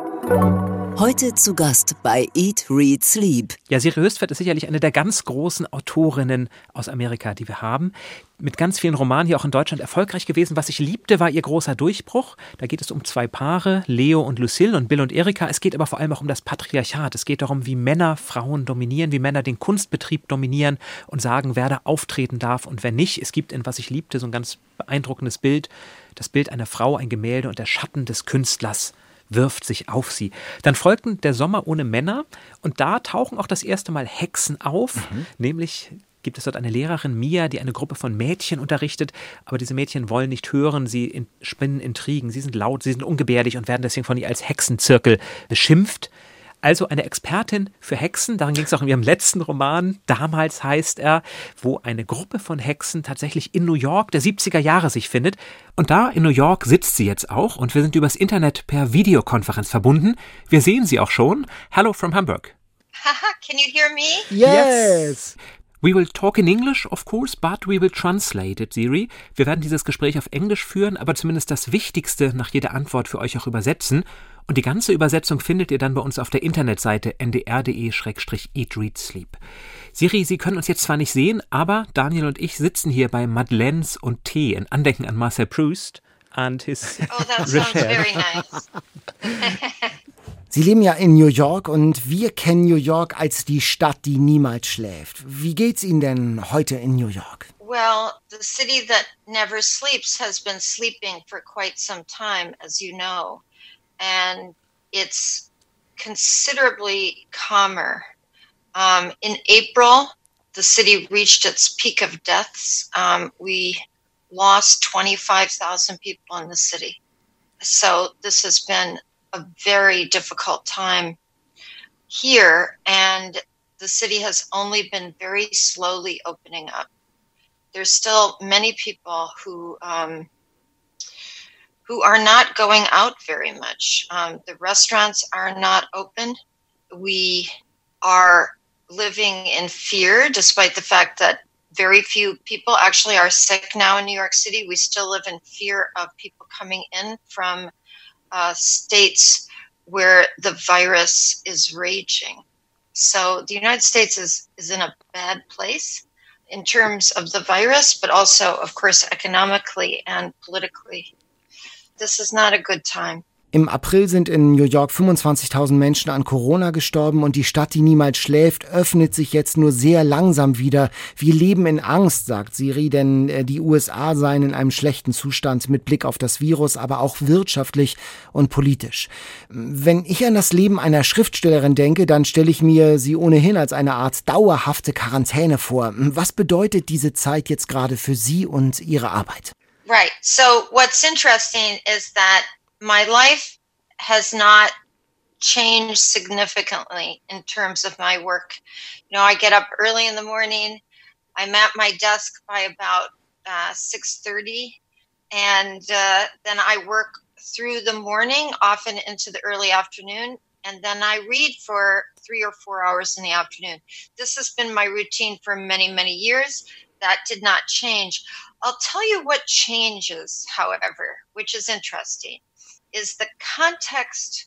Heute zu Gast bei Eat, Read, Sleep. Ja, Siri Hüstvedt ist sicherlich eine der ganz großen Autorinnen aus Amerika, die wir haben. Mit ganz vielen Romanen hier auch in Deutschland erfolgreich gewesen. Was ich liebte, war ihr großer Durchbruch. Da geht es um 2 Paare, Leo und Lucille und Bill und Erika. Es geht aber vor allem auch um das Patriarchat. Es geht darum, wie Männer Frauen dominieren, wie Männer den Kunstbetrieb dominieren und sagen, wer da auftreten darf und wer nicht. Es gibt in Was ich liebte so ein ganz beeindruckendes Bild. Das Bild einer Frau, ein Gemälde und der Schatten des Künstlers wirft sich auf sie. Dann folgten Der Sommer ohne Männer und da tauchen auch das erste Mal Hexen auf, nämlich gibt es dort eine Lehrerin, Mia, die eine Gruppe von Mädchen unterrichtet, aber diese Mädchen wollen nicht hören, sie spinnen Intrigen, sie sind laut, sie sind ungebärdig und werden deswegen von ihr als Hexenzirkel beschimpft. Also eine Expertin für Hexen, darin ging es auch in ihrem letzten Roman, Damals heißt er, wo eine Gruppe von Hexen tatsächlich in New York der 70er Jahre sich findet. Und da in New York sitzt sie jetzt auch und wir sind übers Internet per Videokonferenz verbunden. Wir sehen sie auch schon. Hello from Hamburg. Haha, can you hear me? Yes! We will talk in English, of course, but we will translate it, Siri. Wir werden dieses Gespräch auf Englisch führen, aber zumindest das Wichtigste nach jeder Antwort für euch auch übersetzen. Und die ganze Übersetzung findet ihr dann bei uns auf der Internetseite ndr.de/eatreadsleep. Siri, Sie können uns jetzt zwar nicht sehen, aber Daniel und ich sitzen hier bei Madeleines und Tee in Andenken an Marcel Proust and his Oh, that sounds very nice. Sie leben ja in New York und wir kennen New York als die Stadt, die niemals schläft. Wie geht's Ihnen denn heute in New York? Well, the city that never sleeps has been sleeping for quite some time, as you know. And it's considerably calmer. In April, the city reached its peak of deaths. We lost 25,000 people in the city. So this has been a very difficult time here, and the city has only been very slowly opening up. There's still many people who are not going out very much. The restaurants are not open. We are living in fear, despite the fact that very few people actually are sick now in New York City. We still live in fear of people coming in from states where the virus is raging. So the United States is in a bad place in terms of the virus, but also, of course, economically and politically. This is not a good time. Im April sind in New York 25.000 Menschen an Corona gestorben und die Stadt, die niemals schläft, öffnet sich jetzt nur sehr langsam wieder. Wir leben in Angst, sagt Siri, denn die USA seien in einem schlechten Zustand mit Blick auf das Virus, aber auch wirtschaftlich und politisch. Wenn ich an das Leben einer Schriftstellerin denke, dann stelle ich mir sie ohnehin als eine Art dauerhafte Quarantäne vor. Was bedeutet diese Zeit jetzt gerade für Sie und Ihre Arbeit? Right. So what's interesting is that my life has not changed significantly in terms of my work. You know, I get up early in the morning. I'm at my desk by about 6:30, and then I work through the morning, often into the early afternoon, and then I read for 3 or 4 hours in the afternoon. This has been my routine for many, many years. That did not change. I'll tell you what changes, however, which is interesting, is the context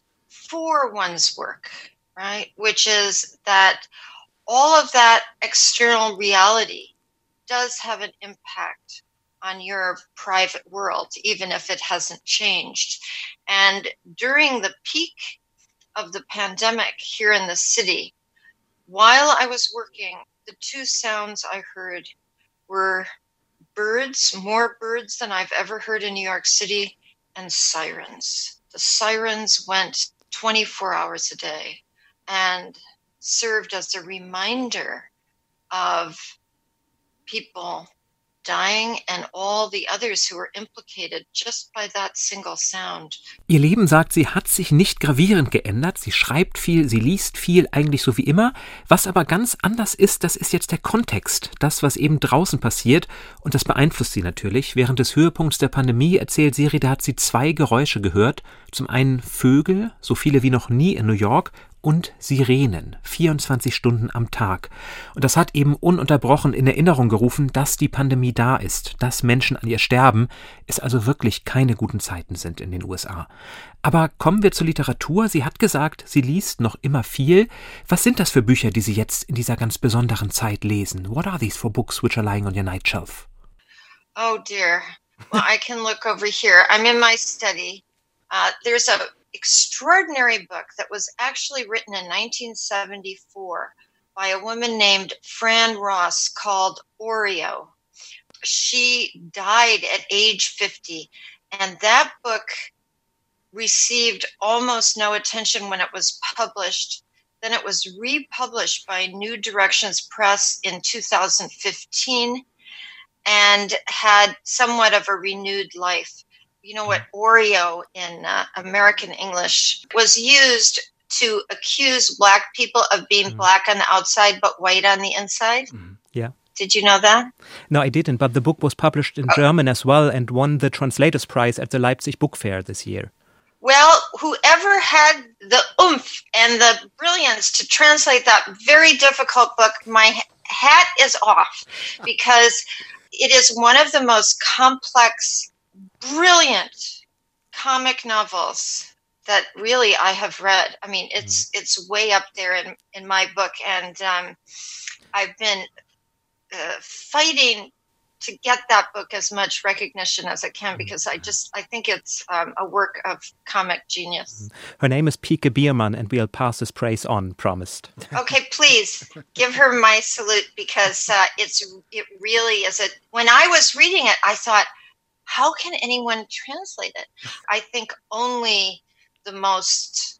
for one's work, right? Which is that all of that external reality does have an impact on your private world, even if it hasn't changed. And during the peak of the pandemic here in the city, while I was working, the two sounds I heard were birds, more birds than I've ever heard in New York City, and sirens. The sirens went 24 hours a day and served as a reminder of people dying and all the others who were implicated just by that single sound. Ihr Leben, sagt sie, hat sich nicht gravierend geändert. Sie schreibt viel, sie liest viel, eigentlich so wie immer. Was aber ganz anders ist, das ist jetzt der Kontext. Das, was eben draußen passiert. Und das beeinflusst sie natürlich. Während des Höhepunkts der Pandemie, erzählt Siri, da hat sie 2 Geräusche gehört. Zum einen Vögel, so viele wie noch nie in New York, und Sirenen, 24 Stunden am Tag. Und das hat eben ununterbrochen in Erinnerung gerufen, dass die Pandemie da ist, dass Menschen an ihr sterben, es also wirklich keine guten Zeiten sind in den USA. Aber kommen wir zur Literatur. Sie hat gesagt, sie liest noch immer viel. Was sind das für Bücher, die Sie jetzt in dieser ganz besonderen Zeit lesen? What are these for books which are lying on your night shelf? Oh dear. Well, I can look over here. I'm in my study. There's a extraordinary book that was actually written in 1974 by a woman named Fran Ross called Oreo. She died at age 50, and that book received almost no attention when it was published. Then it was republished by New Directions Press in 2015 and had somewhat of a renewed life. You know what Oreo in American English was used to accuse Black people of being black on the outside but white on the inside? Yeah. Did you know that? No, I didn't, but the book was published in German as well and won the Translators Prize at the Leipzig Book Fair this year. Well, whoever had the oomph and the brilliance to translate that very difficult book, my hat is off, because it is one of the most complex, brilliant comic novels that really I have read. I mean, it's way up there in my book, and I've been fighting to get that book as much recognition as I can, because I think it's a work of comic genius. Her name is Pike Biermann, and we'll pass this praise on, promised. Okay, please give her my salute, because it really is. When I was reading it, I thought, how can anyone translate it? I think only the most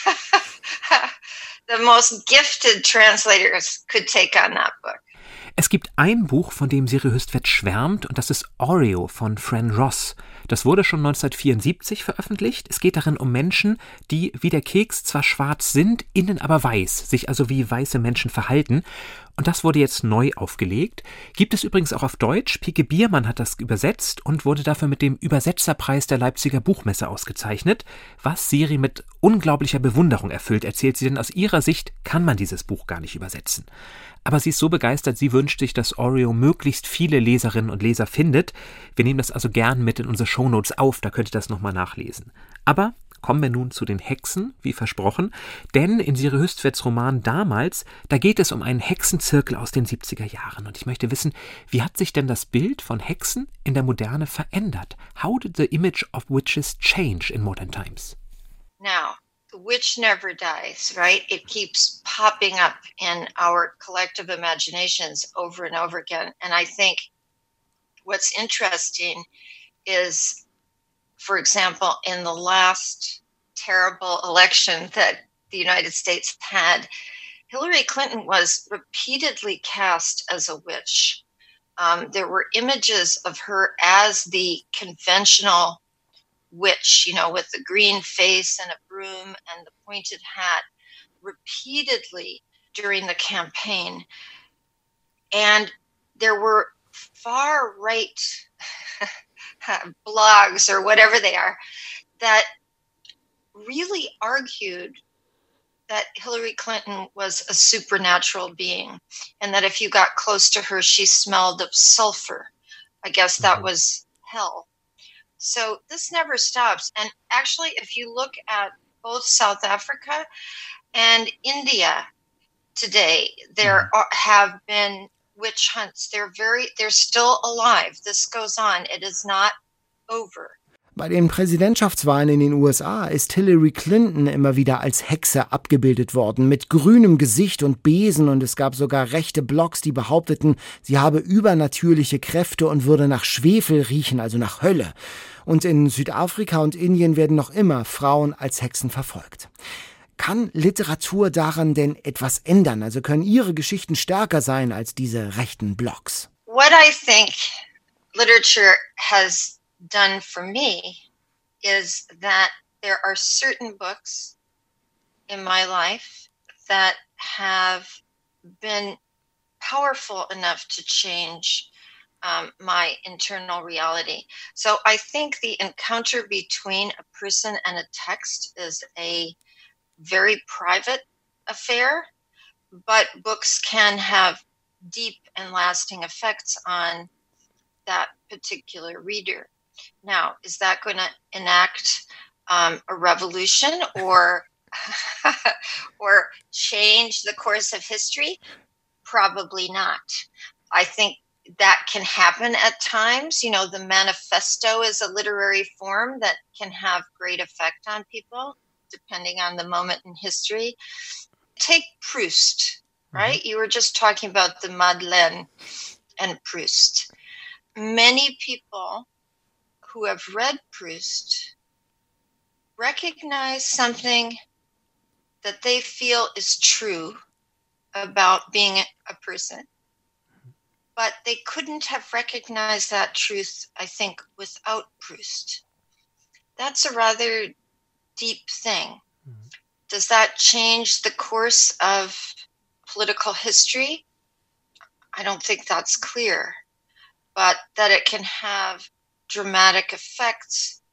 gifted translators could take on that book. Es gibt ein Buch, von dem Siri Hüstvedt schwärmt, und das ist Oreo von Fran Ross. Das wurde schon 1974 veröffentlicht. Es geht darin um Menschen, die wie der Keks zwar schwarz sind, innen aber weiß, sich also wie weiße Menschen verhalten. Und das wurde jetzt neu aufgelegt. Gibt es übrigens auch auf Deutsch. Pike Biermann hat das übersetzt und wurde dafür mit dem Übersetzerpreis der Leipziger Buchmesse ausgezeichnet. Was Siri mit unglaublicher Bewunderung erfüllt, erzählt sie, denn aus ihrer Sicht kann man dieses Buch gar nicht übersetzen. Aber sie ist so begeistert, sie wünscht sich, dass Oreo möglichst viele Leserinnen und Leser findet. Wir nehmen das also gern mit in unsere Shownotes auf, da könnt ihr das nochmal nachlesen. Aber kommen wir nun zu den Hexen, wie versprochen, denn in Siri Hüstvedts Roman Damals, da geht es um einen Hexenzirkel aus den 70er Jahren. Und ich möchte wissen, wie hat sich denn das Bild von Hexen in der Moderne verändert? How did the image of witches change in modern times? Now, the witch never dies, right? It keeps popping up in our collective imaginations over and over again. And I think what's interesting is, for example, in the last terrible election that the United States had, Hillary Clinton was repeatedly cast as a witch. There were images of her as the conventional witch, you know, with the green face and a broom and the pointed hat, repeatedly during the campaign. And there were far-right blogs or whatever they are that really argued that Hillary Clinton was a supernatural being, and that if you got close to her, she smelled of sulfur. I guess that was hell. So this never stops. And actually, if you look at both South Africa and India today. There have been witch hunts. They're still alive. This goes on. It is not over. Bei den Präsidentschaftswahlen in den USA ist Hillary Clinton immer wieder als Hexe abgebildet worden, mit grünem Gesicht und Besen, und es gab sogar rechte Blogs, die behaupteten, sie habe übernatürliche Kräfte und würde nach Schwefel riechen, also nach Hölle. Und in Südafrika und Indien werden noch immer Frauen als Hexen verfolgt. Kann Literatur daran denn etwas ändern? Also können ihre Geschichten stärker sein als diese rechten Blogs? What I think literature has done for me is that there are certain books in my life that have been powerful enough to change my internal reality. So I think the encounter between a person and a text is a very private affair, but books can have deep and lasting effects on that particular reader. Now, is that going to enact a revolution or or change the course of history? Probably not. I think that can happen at times. You know, the manifesto is a literary form that can have great effect on people, depending on the moment in history. Take Proust, right? You were just talking about the Madeleine and Proust. Many people who have read Proust recognize something that they feel is true about being a person. But they couldn't have recognized that truth, I think, without Proust. That's a rather deep thing. Does that change the course of political history? I don't think that's clear. But that it can have dramatic effects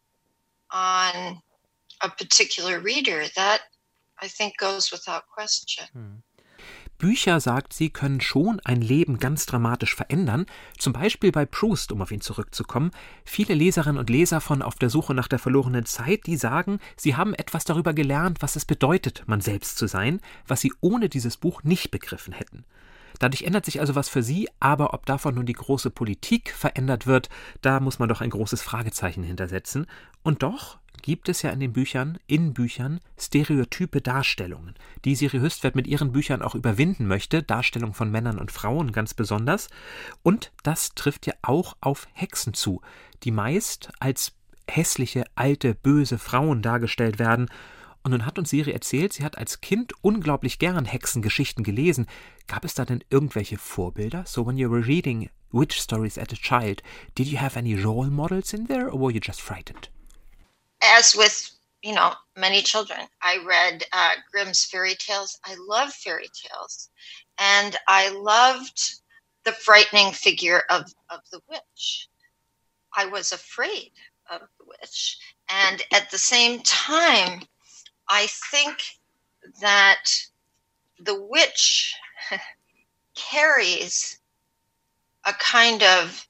on a particular reader, that I think goes without question. Bücher, sagt sie, können schon ein Leben ganz dramatisch verändern. Zum Beispiel bei Proust, um auf ihn zurückzukommen. Viele Leserinnen und Leser von Auf der Suche nach der verlorenen Zeit, die sagen, sie haben etwas darüber gelernt, was es bedeutet, man selbst zu sein, was sie ohne dieses Buch nicht begriffen hätten. Dadurch ändert sich also was für sie, aber ob davon nun die große Politik verändert wird, da muss man doch ein großes Fragezeichen hintersetzen. Und doch gibt es ja in Büchern stereotype Darstellungen, die Siri Hüstvedt mit ihren Büchern auch überwinden möchte, Darstellung von Männern und Frauen ganz besonders. Und das trifft ja auch auf Hexen zu, die meist als hässliche, alte, böse Frauen dargestellt werden. Und nun hat uns Siri erzählt, sie hat als Kind unglaublich gern Hexengeschichten gelesen. Gab es da denn irgendwelche Vorbilder? So when you were reading witch stories as a child, did you have any role models in there, or were you just frightened? As with, many children, I read Grimm's fairy tales. I love fairy tales. And I loved the frightening figure of the witch. I was afraid of the witch. And at the same time, I think that the witch carries a kind of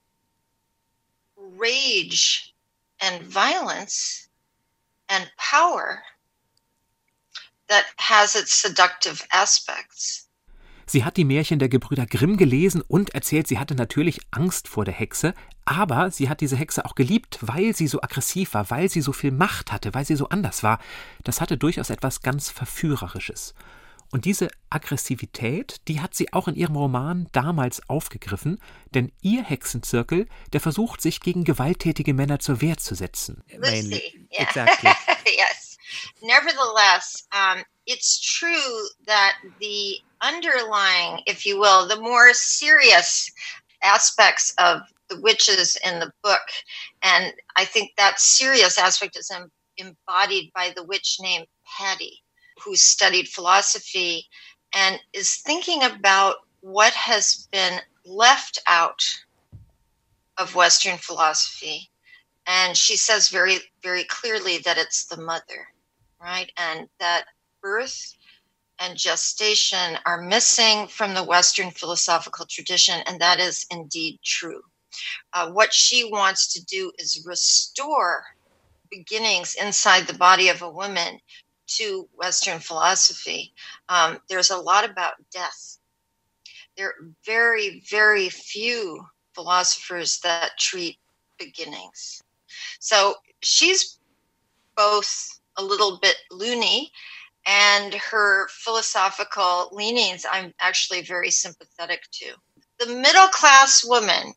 rage and violence and power that has its seductive aspects. Sie hat die Märchen der Gebrüder Grimm gelesen und erzählt, sie hatte natürlich Angst vor der Hexe, aber sie hat diese Hexe auch geliebt, weil sie so aggressiv war, weil sie so viel Macht hatte, weil sie so anders war. Das hatte durchaus etwas ganz Verführerisches. Und diese Aggressivität, die hat sie auch in ihrem Roman damals aufgegriffen, denn ihr Hexenzirkel, der versucht, sich gegen gewalttätige Männer zur Wehr zu setzen. Lucy, yeah. Exactly. Yes. Nevertheless, it's true that the underlying, if you will, the more serious aspects of the witches in the book, and I think that serious aspect is embodied by the witch named Patty, who studied philosophy and is thinking about what has been left out of Western philosophy. And she says very, very clearly that it's the mother, right? And that birth and gestation are missing from the Western philosophical tradition, and that is indeed true. What she wants to do is restore beginnings inside the body of a woman to Western philosophy, there's a lot about death. There are very, very few philosophers that treat beginnings. So she's both a little bit loony, and her philosophical leanings I'm actually very sympathetic to. The middle-class woman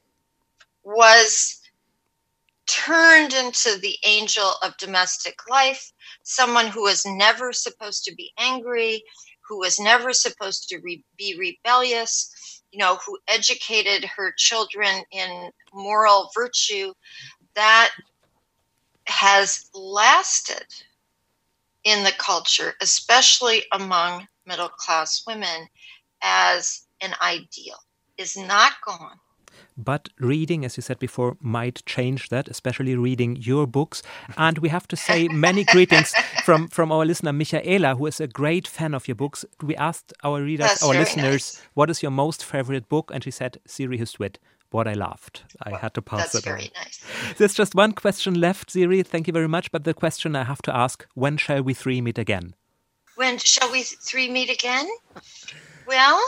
was turned into the angel of domestic life, someone who was never supposed to be angry, who was never supposed to be rebellious, who educated her children in moral virtue. That has lasted in the culture, especially among middle-class women, as an ideal. Is not gone. But reading, as you said before, might change that, especially reading your books. And we have to say many greetings from our listener, Michaela, who is a great fan of your books. We asked our readers, That's our very listeners, nice. What is your most favorite book? And she said, Siri Hustvedt. What I loved. I had to pass That's it on. very nice. There's just one question left, Siri. Thank you very much. But the question I have to ask, when shall we three meet again? When shall we three meet again? Well,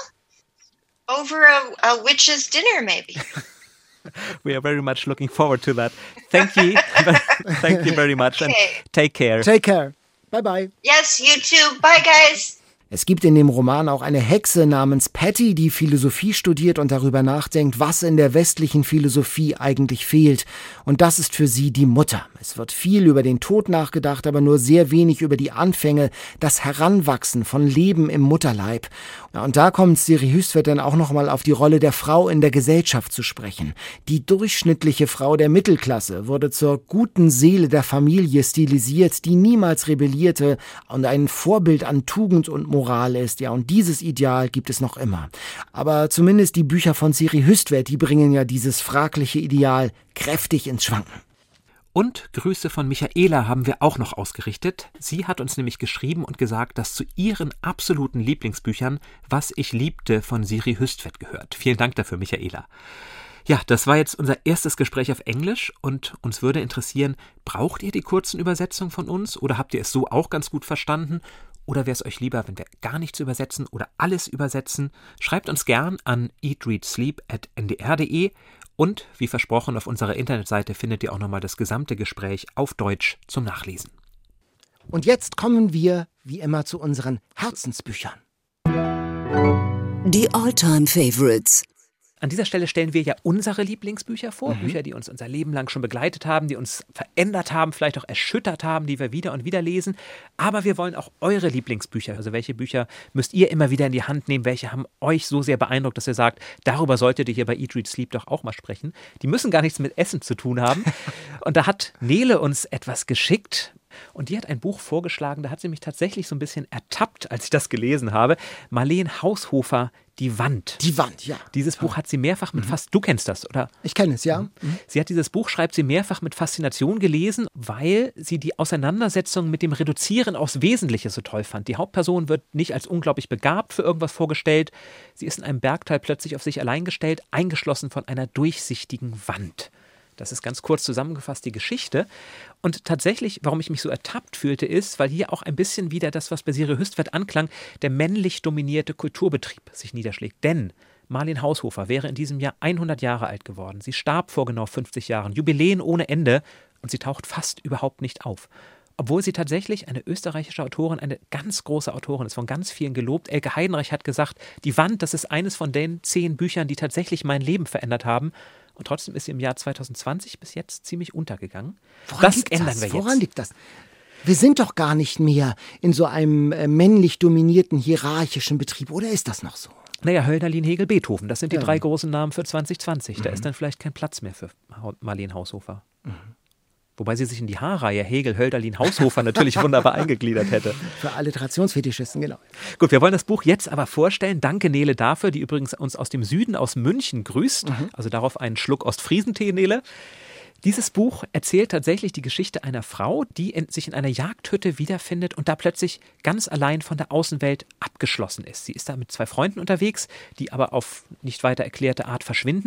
over a witch's dinner, maybe. We are very much looking forward to that. Thank you. Thank you very much. Okay. And take care. Take care. Bye bye. Yes, you too. Bye, guys. Es gibt in dem Roman auch eine Hexe namens Patty, die Philosophie studiert und darüber nachdenkt, was in der westlichen Philosophie eigentlich fehlt. Und das ist für sie die Mutter. Es wird viel über den Tod nachgedacht, aber nur sehr wenig über die Anfänge, das Heranwachsen von Leben im Mutterleib. Und da kommt Siri Hustvedt dann auch nochmal auf die Rolle der Frau in der Gesellschaft zu sprechen. Die durchschnittliche Frau der Mittelklasse wurde zur guten Seele der Familie stilisiert, die niemals rebellierte und ein Vorbild an Tugend und Moral ist. Ja, und dieses Ideal gibt es noch immer. Aber zumindest die Bücher von Siri Hustvedt, die bringen ja dieses fragliche Ideal kräftig ins Schwanken. Und Grüße von Michaela haben wir auch noch ausgerichtet. Sie hat uns nämlich geschrieben und gesagt, dass zu ihren absoluten Lieblingsbüchern Was ich liebte von Siri Hustvedt gehört. Vielen Dank dafür, Michaela. Ja, das war jetzt unser erstes Gespräch auf Englisch und uns würde interessieren, braucht ihr die kurzen Übersetzungen von uns oder habt ihr es so auch ganz gut verstanden? Oder wäre es euch lieber, wenn wir gar nichts übersetzen oder alles übersetzen? Schreibt uns gern an eatreadsleep@ndr.de und, wie versprochen, auf unserer Internetseite findet ihr auch nochmal das gesamte Gespräch auf Deutsch zum Nachlesen. Und jetzt kommen wir, wie immer, zu unseren Herzensbüchern. Die All-Time Favorites. An dieser Stelle stellen wir ja unsere Lieblingsbücher vor, Bücher, die uns unser Leben lang schon begleitet haben, die uns verändert haben, vielleicht auch erschüttert haben, die wir wieder und wieder lesen. Aber wir wollen auch eure Lieblingsbücher, also welche Bücher müsst ihr immer wieder in die Hand nehmen, welche haben euch so sehr beeindruckt, dass ihr sagt, darüber solltet ihr hier bei Eat, Read, Sleep doch auch mal sprechen. Die müssen gar nichts mit Essen zu tun haben. Und da hat Nele uns etwas geschickt. Und die hat ein Buch vorgeschlagen, da hat sie mich tatsächlich so ein bisschen ertappt, als ich das gelesen habe. Marleen Haushofer, Die Wand. Die Wand, ja. Dieses Buch hat sie mehrfach mit du kennst das, oder? Ich kenne es, ja. Sie hat dieses Buch, schreibt sie, mehrfach mit Faszination gelesen, weil sie die Auseinandersetzung mit dem Reduzieren aufs Wesentliche so toll fand. Die Hauptperson wird nicht als unglaublich begabt für irgendwas vorgestellt. Sie ist in einem Bergtal plötzlich auf sich allein gestellt, eingeschlossen von einer durchsichtigen Wand. Das ist ganz kurz zusammengefasst die Geschichte. Und tatsächlich, warum ich mich so ertappt fühlte, ist, weil hier auch ein bisschen wieder das, was bei Siri Hustvedt anklang, der männlich dominierte Kulturbetrieb sich niederschlägt. Denn Marleen Haushofer wäre in diesem Jahr 100 Jahre alt geworden. Sie starb vor genau 50 Jahren. Jubiläen ohne Ende. Und sie taucht fast überhaupt nicht auf. Obwohl sie tatsächlich eine österreichische Autorin, eine ganz große Autorin ist, von ganz vielen gelobt. Elke Heidenreich hat gesagt, Die Wand, das ist eines von den 10 Büchern, die tatsächlich mein Leben verändert haben. Und trotzdem ist sie im Jahr 2020 bis jetzt ziemlich untergegangen. Woran liegt das? Wir sind doch gar nicht mehr in so einem männlich dominierten, hierarchischen Betrieb. Oder ist das noch so? Naja, Hölderlin, Hegel, Beethoven, das sind die 3 großen Namen für 2020. Da ist dann vielleicht kein Platz mehr für Marleen Haushofer. Wobei sie sich in die H-Reihe Hegel, Hölderlin, Haushofer natürlich wunderbar eingegliedert hätte. Für Alliterationsfetischisten, genau. Gut, wir wollen das Buch jetzt aber vorstellen. Danke, Nele, dafür, die übrigens uns aus dem Süden, aus München grüßt. Also darauf einen Schluck Ostfriesentee, Nele. Dieses Buch erzählt tatsächlich die Geschichte einer Frau, die sich in einer Jagdhütte wiederfindet und da plötzlich ganz allein von der Außenwelt abgeschlossen ist. Sie ist da mit 2 Freunden unterwegs, die aber auf nicht weiter erklärte Art verschwinden.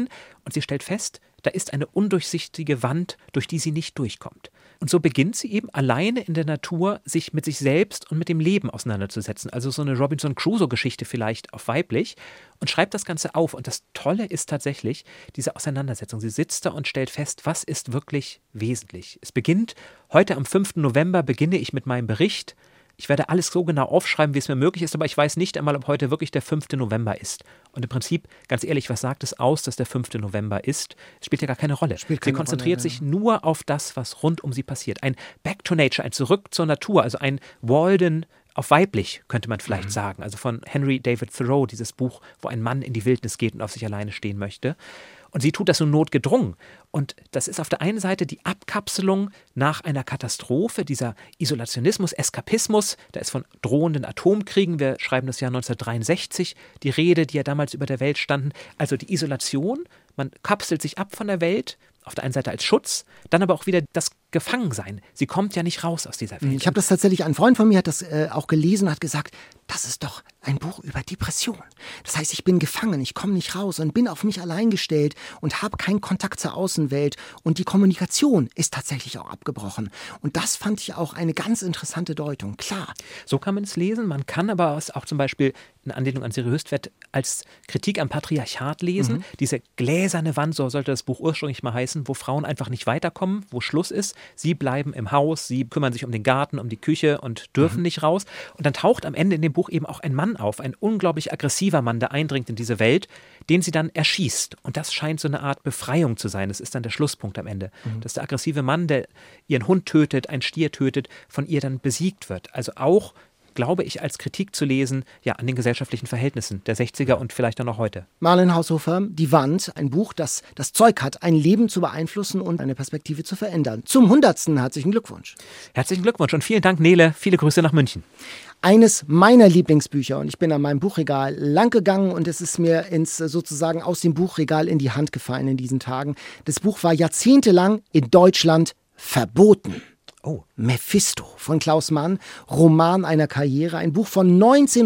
und sie stellt fest, da ist eine undurchsichtige Wand, durch die sie nicht durchkommt. Und so beginnt sie eben alleine in der Natur, sich mit sich selbst und mit dem Leben auseinanderzusetzen. Also so eine Robinson Crusoe-Geschichte vielleicht auf weiblich und schreibt das Ganze auf. Und das Tolle ist tatsächlich diese Auseinandersetzung. Sie sitzt da und stellt fest, was ist wirklich wesentlich. Es beginnt, heute am 5. November beginne ich mit meinem Bericht. Ich werde alles so genau aufschreiben, wie es mir möglich ist, aber ich weiß nicht einmal, ob heute wirklich der 5. November ist. Und im Prinzip, ganz ehrlich, was sagt es aus, dass der 5. November ist? Es spielt ja gar keine Rolle. Sie konzentriert sich nur auf das, was rund um sie passiert. Ein Back to Nature, ein Zurück zur Natur, also ein Walden auf weiblich, könnte man vielleicht sagen. Also von Henry David Thoreau, dieses Buch, wo ein Mann in die Wildnis geht und auf sich alleine stehen möchte. Und sie tut das so notgedrungen. Und das ist auf der einen Seite die Abkapselung nach einer Katastrophe, dieser Isolationismus, Eskapismus. Da ist von drohenden Atomkriegen, wir schreiben das Jahr 1963, die Rede, die ja damals über der Welt standen. Also die Isolation, man kapselt sich ab von der Welt, auf der einen Seite als Schutz, dann aber auch wieder das Gefangensein. Sie kommt ja nicht raus aus dieser Welt. Ich habe das tatsächlich, ein Freund von mir hat das auch gelesen und hat gesagt, das ist doch ein Buch über Depression. Das heißt, ich bin gefangen, ich komme nicht raus und bin auf mich allein gestellt und habe keinen Kontakt zur Außenwelt und die Kommunikation ist tatsächlich auch abgebrochen. Und das fand ich auch eine ganz interessante Deutung, klar. So kann man es lesen, man kann aber es auch zum Beispiel in Anlehnung an Siri Hüstvedt als Kritik am Patriarchat lesen. Diese gläserne Wand, so sollte das Buch ursprünglich mal heißen, wo Frauen einfach nicht weiterkommen, wo Schluss ist. Sie bleiben im Haus, sie kümmern sich um den Garten, um die Küche und dürfen nicht raus. Und dann taucht am Ende in dem Buch eben auch ein Mann auf, ein unglaublich aggressiver Mann, der eindringt in diese Welt, den sie dann erschießt. Und das scheint so eine Art Befreiung zu sein. Das ist dann der Schlusspunkt am Ende. Dass der aggressive Mann, der ihren Hund tötet, einen Stier tötet, von ihr dann besiegt wird. Also auch, glaube ich, als Kritik zu lesen, ja, an den gesellschaftlichen Verhältnissen der 60er und vielleicht dann auch heute. Marlen Haushofer, Die Wand, ein Buch, das das Zeug hat, ein Leben zu beeinflussen und eine Perspektive zu verändern. Zum 100. herzlichen Glückwunsch. Herzlichen Glückwunsch und vielen Dank, Nele. Viele Grüße nach München. Eines meiner Lieblingsbücher und ich bin an meinem Buchregal lang gegangen und es ist mir sozusagen aus dem Buchregal in die Hand gefallen in diesen Tagen. Das Buch war jahrzehntelang in Deutschland verboten. Oh. Mephisto von Klaus Mann, Roman einer Karriere, ein Buch von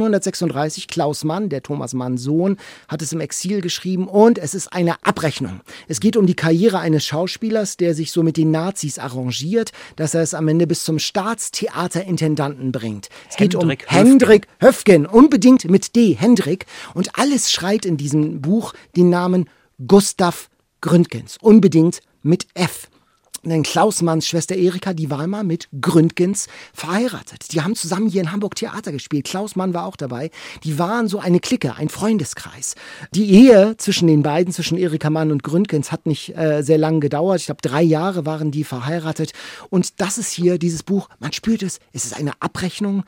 1936. Klaus Mann, der Thomas Manns Sohn, hat es im Exil geschrieben und es ist eine Abrechnung. Es geht um die Karriere eines Schauspielers, der sich so mit den Nazis arrangiert, dass er es am Ende bis zum Staatstheaterintendanten bringt. Es geht um Hendrik Höfgen, unbedingt mit D, Hendrik. Und alles schreit in diesem Buch den Namen Gustav Gründgens, unbedingt mit F. Denn Klaus Manns Schwester Erika, die war mal mit Gründgens verheiratet. Die haben zusammen hier in Hamburg Theater gespielt. Klaus Mann war auch dabei. Die waren so eine Clique, ein Freundeskreis. Die Ehe zwischen den beiden, zwischen Erika Mann und Gründgens, hat nicht sehr lange gedauert. Ich glaube, 3 Jahre waren die verheiratet. Und das ist hier, dieses Buch, man spürt es, es ist eine Abrechnung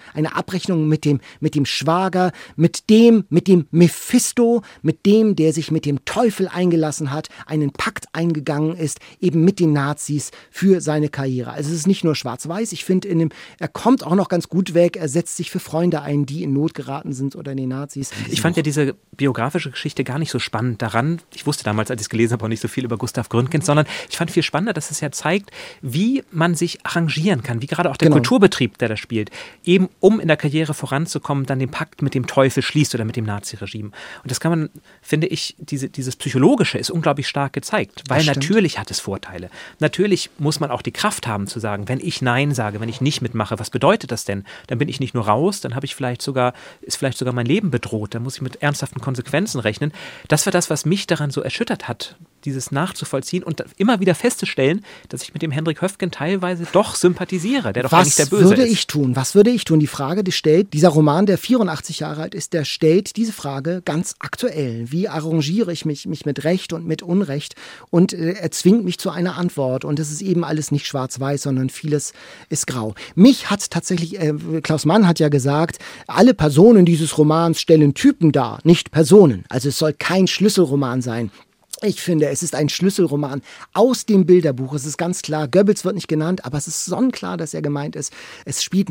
mit dem Schwager, mit dem Mephisto, mit dem, der sich mit dem Teufel eingelassen hat, einen Pakt eingegangen ist, eben mit den Nazis, für seine Karriere. Also es ist nicht nur schwarz-weiß, ich finde, er kommt auch noch ganz gut weg, er setzt sich für Freunde ein, die in Not geraten sind oder den Nazis. Ich fand ja diese biografische Geschichte gar nicht so spannend daran. Ich wusste damals, als ich es gelesen habe, auch nicht so viel über Gustav Gründgens, sondern ich fand viel spannender, dass es ja zeigt, wie man sich arrangieren kann, wie gerade auch der Kulturbetrieb, der da spielt, eben um in der Karriere voranzukommen, dann den Pakt mit dem Teufel schließt oder mit dem Naziregime. Und das kann man, finde ich, dieses Psychologische ist unglaublich stark gezeigt, weil natürlich hat es Vorteile. Natürlich muss man auch die Kraft haben zu sagen, wenn ich Nein sage, wenn ich nicht mitmache, was bedeutet das denn? Dann bin ich nicht nur raus, dann ist vielleicht sogar mein Leben bedroht, dann muss ich mit ernsthaften Konsequenzen rechnen. Das war das, was mich daran so erschüttert hat, dieses nachzuvollziehen und immer wieder festzustellen, dass ich mit dem Hendrik Höfgen teilweise doch sympathisiere, der doch eigentlich der Böse ist. Was würde ich tun? Die Frage, die stellt, dieser Roman, der 84 Jahre alt ist, der stellt diese Frage ganz aktuell. Wie arrangiere ich mich mit Recht und mit Unrecht? Und er zwingt mich zu einer Antwort. Und es ist eben alles nicht schwarz-weiß, sondern vieles ist grau. Mich hat tatsächlich, Klaus Mann hat ja gesagt, alle Personen dieses Romans stellen Typen dar, nicht Personen. Also es soll kein Schlüsselroman sein. Ich finde, es ist ein Schlüsselroman aus dem Bilderbuch. Es ist ganz klar, Goebbels wird nicht genannt, aber es ist sonnenklar, dass er gemeint ist. Es spielt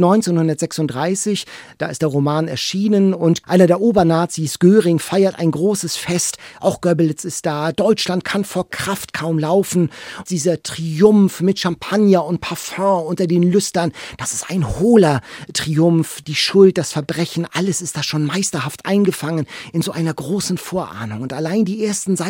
1936, da ist der Roman erschienen und einer der Obernazis, Göring, feiert ein großes Fest. Auch Goebbels ist da. Deutschland kann vor Kraft kaum laufen. Dieser Triumph mit Champagner und Parfum unter den Lüstern, das ist ein hohler Triumph. Die Schuld, das Verbrechen, alles ist da schon meisterhaft eingefangen in so einer großen Vorahnung. Und allein die ersten Seiten dieses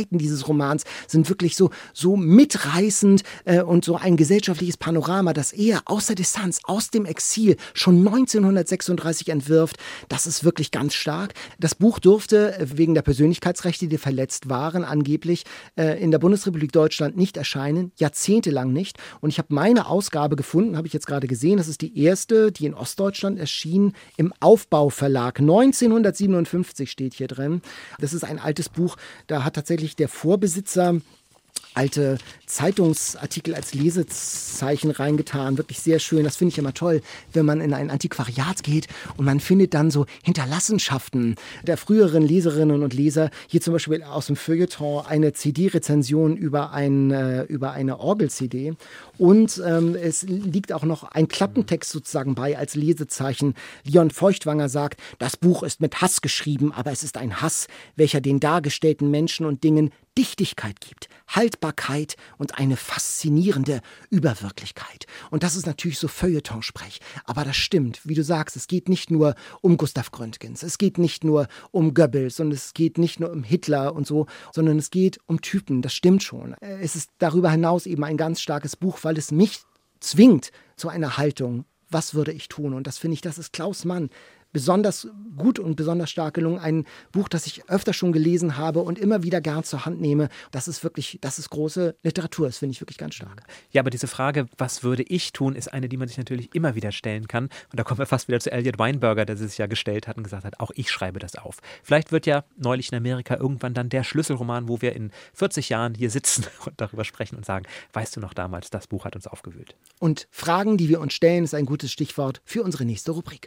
Romans sind wirklich so mitreißend und so ein gesellschaftliches Panorama, das er aus der Distanz, aus dem Exil schon 1936 entwirft. Das ist wirklich ganz stark. Das Buch durfte wegen der Persönlichkeitsrechte, die verletzt waren, angeblich in der Bundesrepublik Deutschland nicht erscheinen, jahrzehntelang nicht. Und ich habe meine Ausgabe gefunden, habe ich jetzt gerade gesehen, das ist die erste, die in Ostdeutschland erschien, im Aufbauverlag. 1957 steht hier drin. Das ist ein altes Buch, da hat tatsächlich der Vorbesitzer alte Zeitungsartikel als Lesezeichen reingetan. Wirklich sehr schön. Das finde ich immer toll, wenn man in ein Antiquariat geht und man findet dann so Hinterlassenschaften der früheren Leserinnen und Leser. Hier zum Beispiel aus dem Feuilleton eine CD-Rezension über eine Orgel-CD. Und es liegt auch noch ein Klappentext sozusagen bei als Lesezeichen. Leon Feuchtwanger sagt, das Buch ist mit Hass geschrieben, aber es ist ein Hass, welcher den dargestellten Menschen und Dingen Dichtigkeit gibt, Haltbarkeit und eine faszinierende Überwirklichkeit. Und das ist natürlich so Feuilleton-Sprech. Aber das stimmt, wie du sagst, es geht nicht nur um Gustav Gründgens, es geht nicht nur um Goebbels und es geht nicht nur um Hitler und so, sondern es geht um Typen, das stimmt schon. Es ist darüber hinaus eben ein ganz starkes Buch, weil es mich zwingt zu einer Haltung. Was würde ich tun? Und das finde ich, das ist Klaus Mann besonders gut und besonders stark gelungen. Ein Buch, das ich öfter schon gelesen habe und immer wieder gern zur Hand nehme. Das ist große Literatur. Das finde ich wirklich ganz stark. Ja, aber diese Frage, was würde ich tun, ist eine, die man sich natürlich immer wieder stellen kann. Und da kommen wir fast wieder zu Elliot Weinberger, der sich ja gestellt hat und gesagt hat, auch ich schreibe das auf. Vielleicht wird ja neulich in Amerika irgendwann dann der Schlüsselroman, wo wir in 40 Jahren hier sitzen und darüber sprechen und sagen, weißt du noch damals, das Buch hat uns aufgewühlt. Und Fragen, die wir uns stellen, ist ein gutes Stichwort für unsere nächste Rubrik.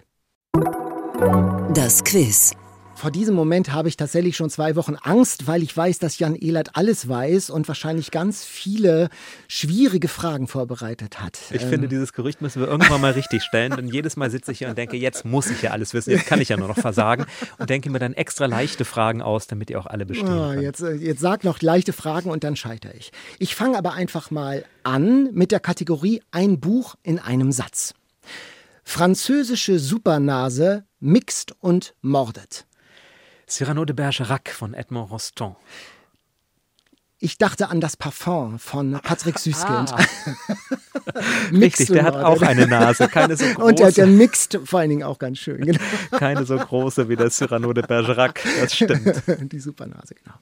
Das Quiz. Vor diesem Moment habe ich tatsächlich schon 2 Wochen Angst, weil ich weiß, dass Jan Ehlert alles weiß und wahrscheinlich ganz viele schwierige Fragen vorbereitet hat. Ich finde, dieses Gerücht müssen wir irgendwann mal richtig stellen, denn jedes Mal sitze ich hier und denke, jetzt muss ich ja alles wissen, jetzt kann ich ja nur noch versagen und denke mir dann extra leichte Fragen aus, damit ihr auch alle bestehen könnt. Jetzt sag noch leichte Fragen und dann scheitere ich. Ich fange aber einfach mal an mit der Kategorie Ein Buch in einem Satz. Französische Supernase mixt und mordet. Cyrano de Bergerac von Edmond Rostand. Ich dachte an das Parfum von Patrick Süskind. Richtig, der hat auch eine Nase, keine so große. Und der mixt vor allen Dingen auch ganz schön. Genau. Keine so große wie der Cyrano de Bergerac, das stimmt. Die Supernase, genau.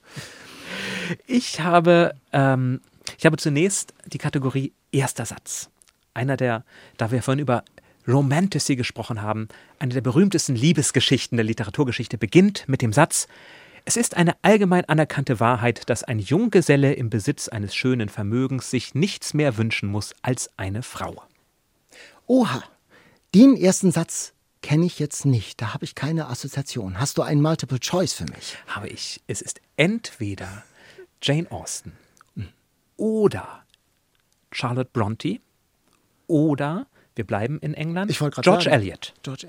Ich habe zunächst die Kategorie erster Satz. Einer der, da wir vorhin über Romantasy gesprochen haben, eine der berühmtesten Liebesgeschichten der Literaturgeschichte beginnt mit dem Satz: Es ist eine allgemein anerkannte Wahrheit, dass ein Junggeselle im Besitz eines schönen Vermögens sich nichts mehr wünschen muss als eine Frau. Oha, den ersten Satz kenne ich jetzt nicht. Da habe ich keine Assoziation. Hast du einen Multiple Choice für mich? Habe ich. Es ist entweder Jane Austen oder Charlotte Brontë oder, wir bleiben in England, George Eliot. George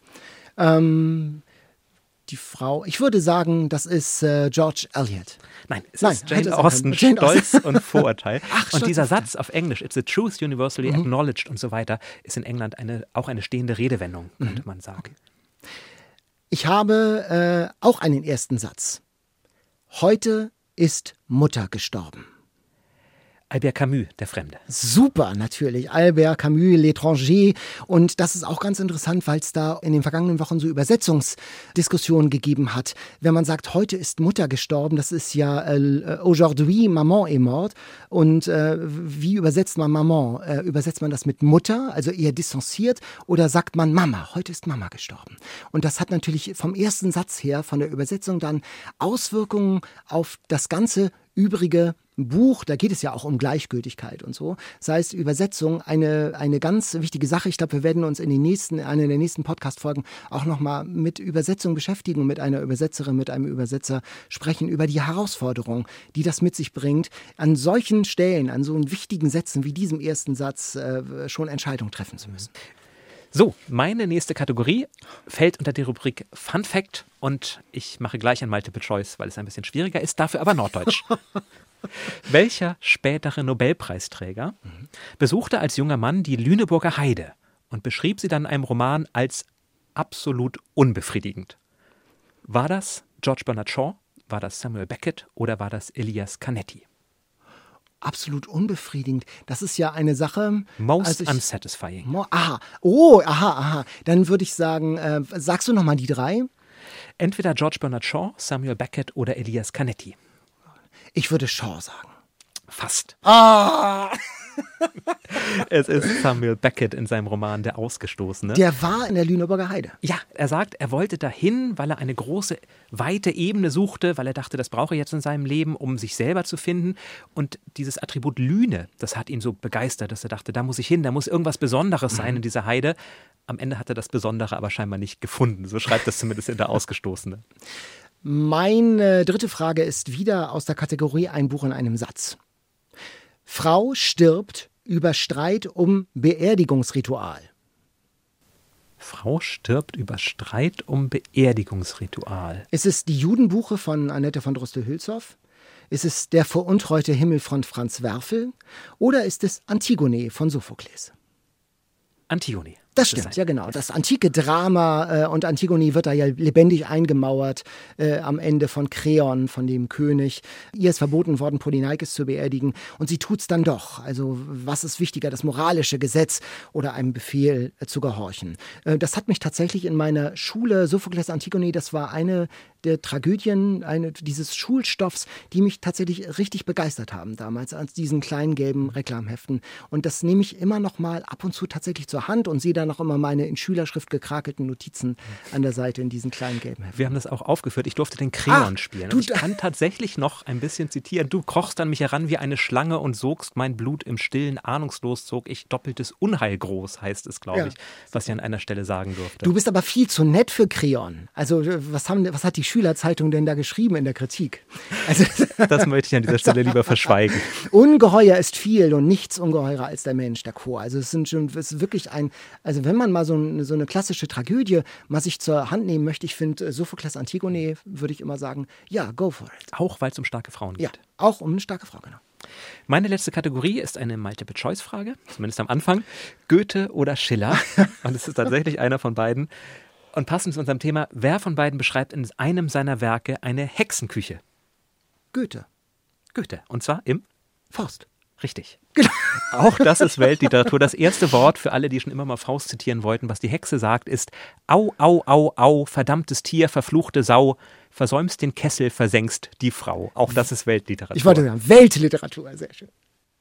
Eliot. Die Frau, ich würde sagen, das ist George Eliot. Nein, es ist Jane Austen, Stolz und Vorurteil. Und dieser Satz auf Englisch, it's the truth universally acknowledged und so weiter, ist in England auch eine stehende Redewendung, könnte man sagen. Ich habe auch einen ersten Satz. Heute ist Mutter gestorben. Albert Camus, der Fremde. Super, natürlich. Albert Camus, L'Étranger. Und das ist auch ganz interessant, weil es da in den vergangenen Wochen so Übersetzungsdiskussionen gegeben hat. Wenn man sagt, heute ist Mutter gestorben, das ist ja aujourd'hui, maman est morte. Und wie übersetzt man Maman? Übersetzt man das mit Mutter, also eher distanziert? Oder sagt man Mama, heute ist Mama gestorben? Und das hat natürlich vom ersten Satz her, von der Übersetzung dann Auswirkungen auf das ganze übrige Buch, da geht es ja auch um Gleichgültigkeit und so. Das heißt, Übersetzung, eine ganz wichtige Sache. Ich glaube, wir werden uns in einer der nächsten Podcast-Folgen auch nochmal mit Übersetzung beschäftigen, mit einer Übersetzerin, mit einem Übersetzer sprechen über die Herausforderung, die das mit sich bringt, an solchen Stellen, an so wichtigen Sätzen wie diesem ersten Satz schon Entscheidungen treffen zu müssen. So, meine nächste Kategorie fällt unter die Rubrik Fun Fact und ich mache gleich ein Multiple Choice, weil es ein bisschen schwieriger ist, dafür aber Norddeutsch. Welcher spätere Nobelpreisträger besuchte als junger Mann die Lüneburger Heide und beschrieb sie dann in einem Roman als absolut unbefriedigend? War das George Bernard Shaw, War das Samuel Beckett oder war das Elias Canetti? Absolut unbefriedigend. Das ist ja eine Sache. Most unsatisfying. Aha. Dann würde ich sagen, sagst du nochmal die 3? Entweder George Bernard Shaw, Samuel Beckett oder Elias Canetti. Ich würde Shaw sagen. Fast. Ah! Es ist Samuel Beckett in seinem Roman Der Ausgestoßene. Der war in der Lüneburger Heide. Ja, er sagt, er wollte dahin, weil er eine große, weite Ebene suchte, weil er dachte, das brauche er jetzt in seinem Leben, um sich selber zu finden. Und dieses Attribut Lüne, das hat ihn so begeistert, dass er dachte, da muss ich hin, da muss irgendwas Besonderes sein in dieser Heide. Am Ende hat er das Besondere aber scheinbar nicht gefunden. So schreibt das zumindest in Der Ausgestoßene. Meine 3. Frage ist wieder aus der Kategorie Ein Buch in einem Satz. Frau stirbt über Streit um Beerdigungsritual. Frau stirbt über Streit um Beerdigungsritual. Ist es die Judenbuche von Annette von Droste-Hülshoff? Ist es Der veruntreute Himmel von Franz Werfel? Oder ist es Antigone von Sophokles? Antigone. Das stimmt, ja genau. Das antike Drama und Antigone wird da ja lebendig eingemauert am Ende von Kreon, von dem König. Ihr ist verboten worden, Polyneikes zu beerdigen und sie tut's dann doch. Also was ist wichtiger, das moralische Gesetz oder einem Befehl zu gehorchen? Das hat mich tatsächlich in meiner Schule, Sophokles Antigone, das war eine der Tragödien dieses Schulstoffs, die mich tatsächlich richtig begeistert haben damals, als diesen kleinen gelben Reklamheften. Und das nehme ich immer noch mal ab und zu tatsächlich zur Hand und sehe dann noch immer meine in Schülerschrift gekrakelten Notizen an der Seite in diesen kleinen gelben Heften. Wir haben das auch aufgeführt. Ich durfte den Kreon spielen. Und ich kann tatsächlich noch ein bisschen zitieren. Du krochst an mich heran wie eine Schlange und sogst mein Blut im Stillen. Ahnungslos zog ich doppeltes Unheil groß, heißt es, glaube ich, was ich an einer Stelle sagen durfte. Du bist aber viel zu nett für Kreon. Also was hat die Schülerzeitung denn da geschrieben in der Kritik? Also, das möchte ich an dieser Stelle lieber verschweigen. Ungeheuer ist viel und nichts ungeheurer als der Mensch, der Chor. Also es ist wirklich also wenn man mal so eine klassische Tragödie mal sich zur Hand nehmen möchte, ich finde Sophokles Antigone, würde ich immer sagen, ja, go for it. Auch weil es um starke Frauen geht. Ja, auch um eine starke Frau, genau. Meine letzte Kategorie ist eine Multiple-Choice-Frage, zumindest am Anfang. Goethe oder Schiller? Und es ist tatsächlich einer von beiden. Und passend zu unserem Thema, wer von beiden beschreibt in einem seiner Werke eine Hexenküche? Goethe. Goethe. Und zwar im Faust. Richtig. Genau. Auch das ist Weltliteratur. Das erste Wort für alle, die schon immer mal Faust zitieren wollten, was die Hexe sagt, ist au, au, au, au, verdammtes Tier, verfluchte Sau, versäumst den Kessel, versenkst die Frau. Auch das ist Weltliteratur. Ich wollte sagen, Weltliteratur, sehr schön.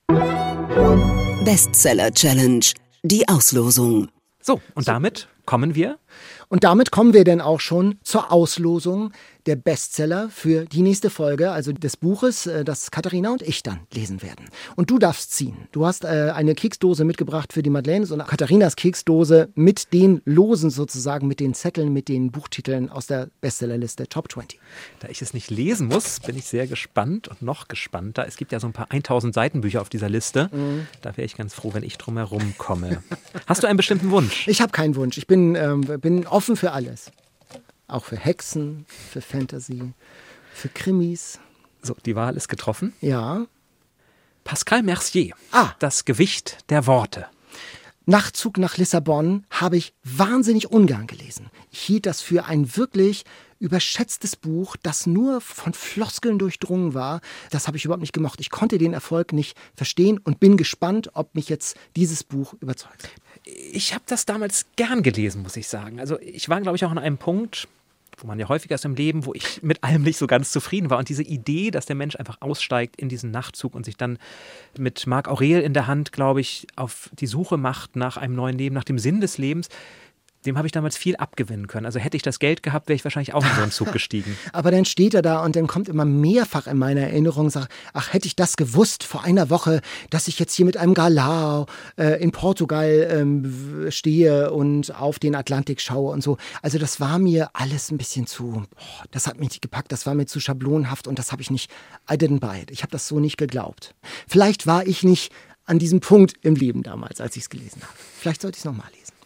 Bestseller Challenge, die Auslosung. So, und damit kommen wir. Und damit kommen wir dann auch schon zur Auslosung der Bestseller für die nächste Folge, also des Buches, das Katharina und ich dann lesen werden. Und du darfst ziehen. Du hast eine Keksdose mitgebracht für die Madeleine und Katharinas Keksdose mit den Losen sozusagen, mit den Zetteln, mit den Buchtiteln aus der Bestsellerliste Top 20. Da ich es nicht lesen muss, bin ich sehr gespannt und noch gespannter. Es gibt ja so ein paar 1000 Seitenbücher auf dieser Liste. Da wäre ich ganz froh, wenn ich drum herum komme. Hast du einen bestimmten Wunsch? Ich habe keinen Wunsch. Ich bin offen für alles. Auch für Hexen, für Fantasy, für Krimis. So, die Wahl ist getroffen. Ja. Pascal Mercier. Das Gewicht der Worte. Nachtzug nach Lissabon habe ich wahnsinnig ungern gelesen. Ich hielt das für ein wirklich überschätztes Buch, das nur von Floskeln durchdrungen war. Das habe ich überhaupt nicht gemocht. Ich konnte den Erfolg nicht verstehen und bin gespannt, ob mich jetzt dieses Buch überzeugt. Ich habe das damals gern gelesen, muss ich sagen. Also ich war, glaube ich, auch an einem Punkt, wo man ja häufiger ist im Leben, wo ich mit allem nicht so ganz zufrieden war. Und diese Idee, dass der Mensch einfach aussteigt in diesen Nachtzug und sich dann mit Marc Aurel in der Hand, glaube ich, auf die Suche macht nach einem neuen Leben, nach dem Sinn des Lebens, dem habe ich damals viel abgewinnen können. Also hätte ich das Geld gehabt, wäre ich wahrscheinlich auch in so einen Zug gestiegen. Aber dann steht er da und dann kommt immer mehrfach in meiner Erinnerung, sagt, ach, hätte ich das gewusst vor einer Woche, dass ich jetzt hier mit einem Galao in Portugal stehe und auf den Atlantik schaue und so. Also das war mir alles ein bisschen zu, das hat mich nicht gepackt, das war mir zu schablonhaft und das habe ich nicht, I didn't buy it. Ich habe das so nicht geglaubt. Vielleicht war ich nicht an diesem Punkt im Leben damals, als ich es gelesen habe. Vielleicht sollte ich es nochmal lesen.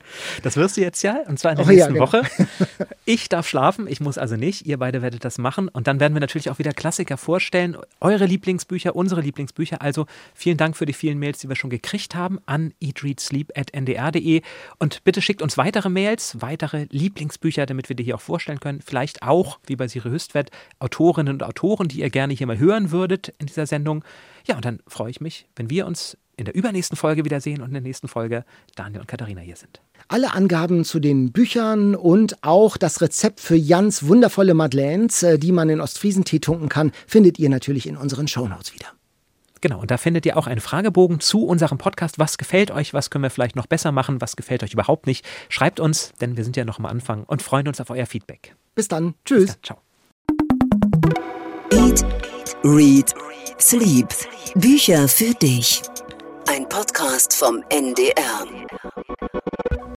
Das wirst du jetzt ja, und zwar in der nächsten genau. Woche. Ich darf schlafen, ich muss also nicht. Ihr beide werdet das machen. Und dann werden wir natürlich auch wieder Klassiker vorstellen. Eure Lieblingsbücher, unsere Lieblingsbücher. Also vielen Dank für die vielen Mails, die wir schon gekriegt haben an eatreadsleep@ndr.de. Und bitte schickt uns weitere Mails, weitere Lieblingsbücher, damit wir die hier auch vorstellen können. Vielleicht auch, wie bei Siri Hüstvedt, Autorinnen und Autoren, die ihr gerne hier mal hören würdet in dieser Sendung. Ja, und dann freue ich mich, wenn wir uns in der übernächsten Folge wiedersehen und in der nächsten Folge Daniel und Katharina hier sind. Alle Angaben zu den Büchern und auch das Rezept für Jans wundervolle Madeleines, die man in Ostfriesentee tunken kann, findet ihr natürlich in unseren Shownotes wieder. Genau, und da findet ihr auch einen Fragebogen zu unserem Podcast. Was gefällt euch? Was können wir vielleicht noch besser machen? Was gefällt euch überhaupt nicht? Schreibt uns, denn wir sind ja noch am Anfang und freuen uns auf euer Feedback. Bis dann. Tschüss. Bis dann. Ciao. Eat, Read, Sleep. Bücher für dich. Ein Podcast vom NDR.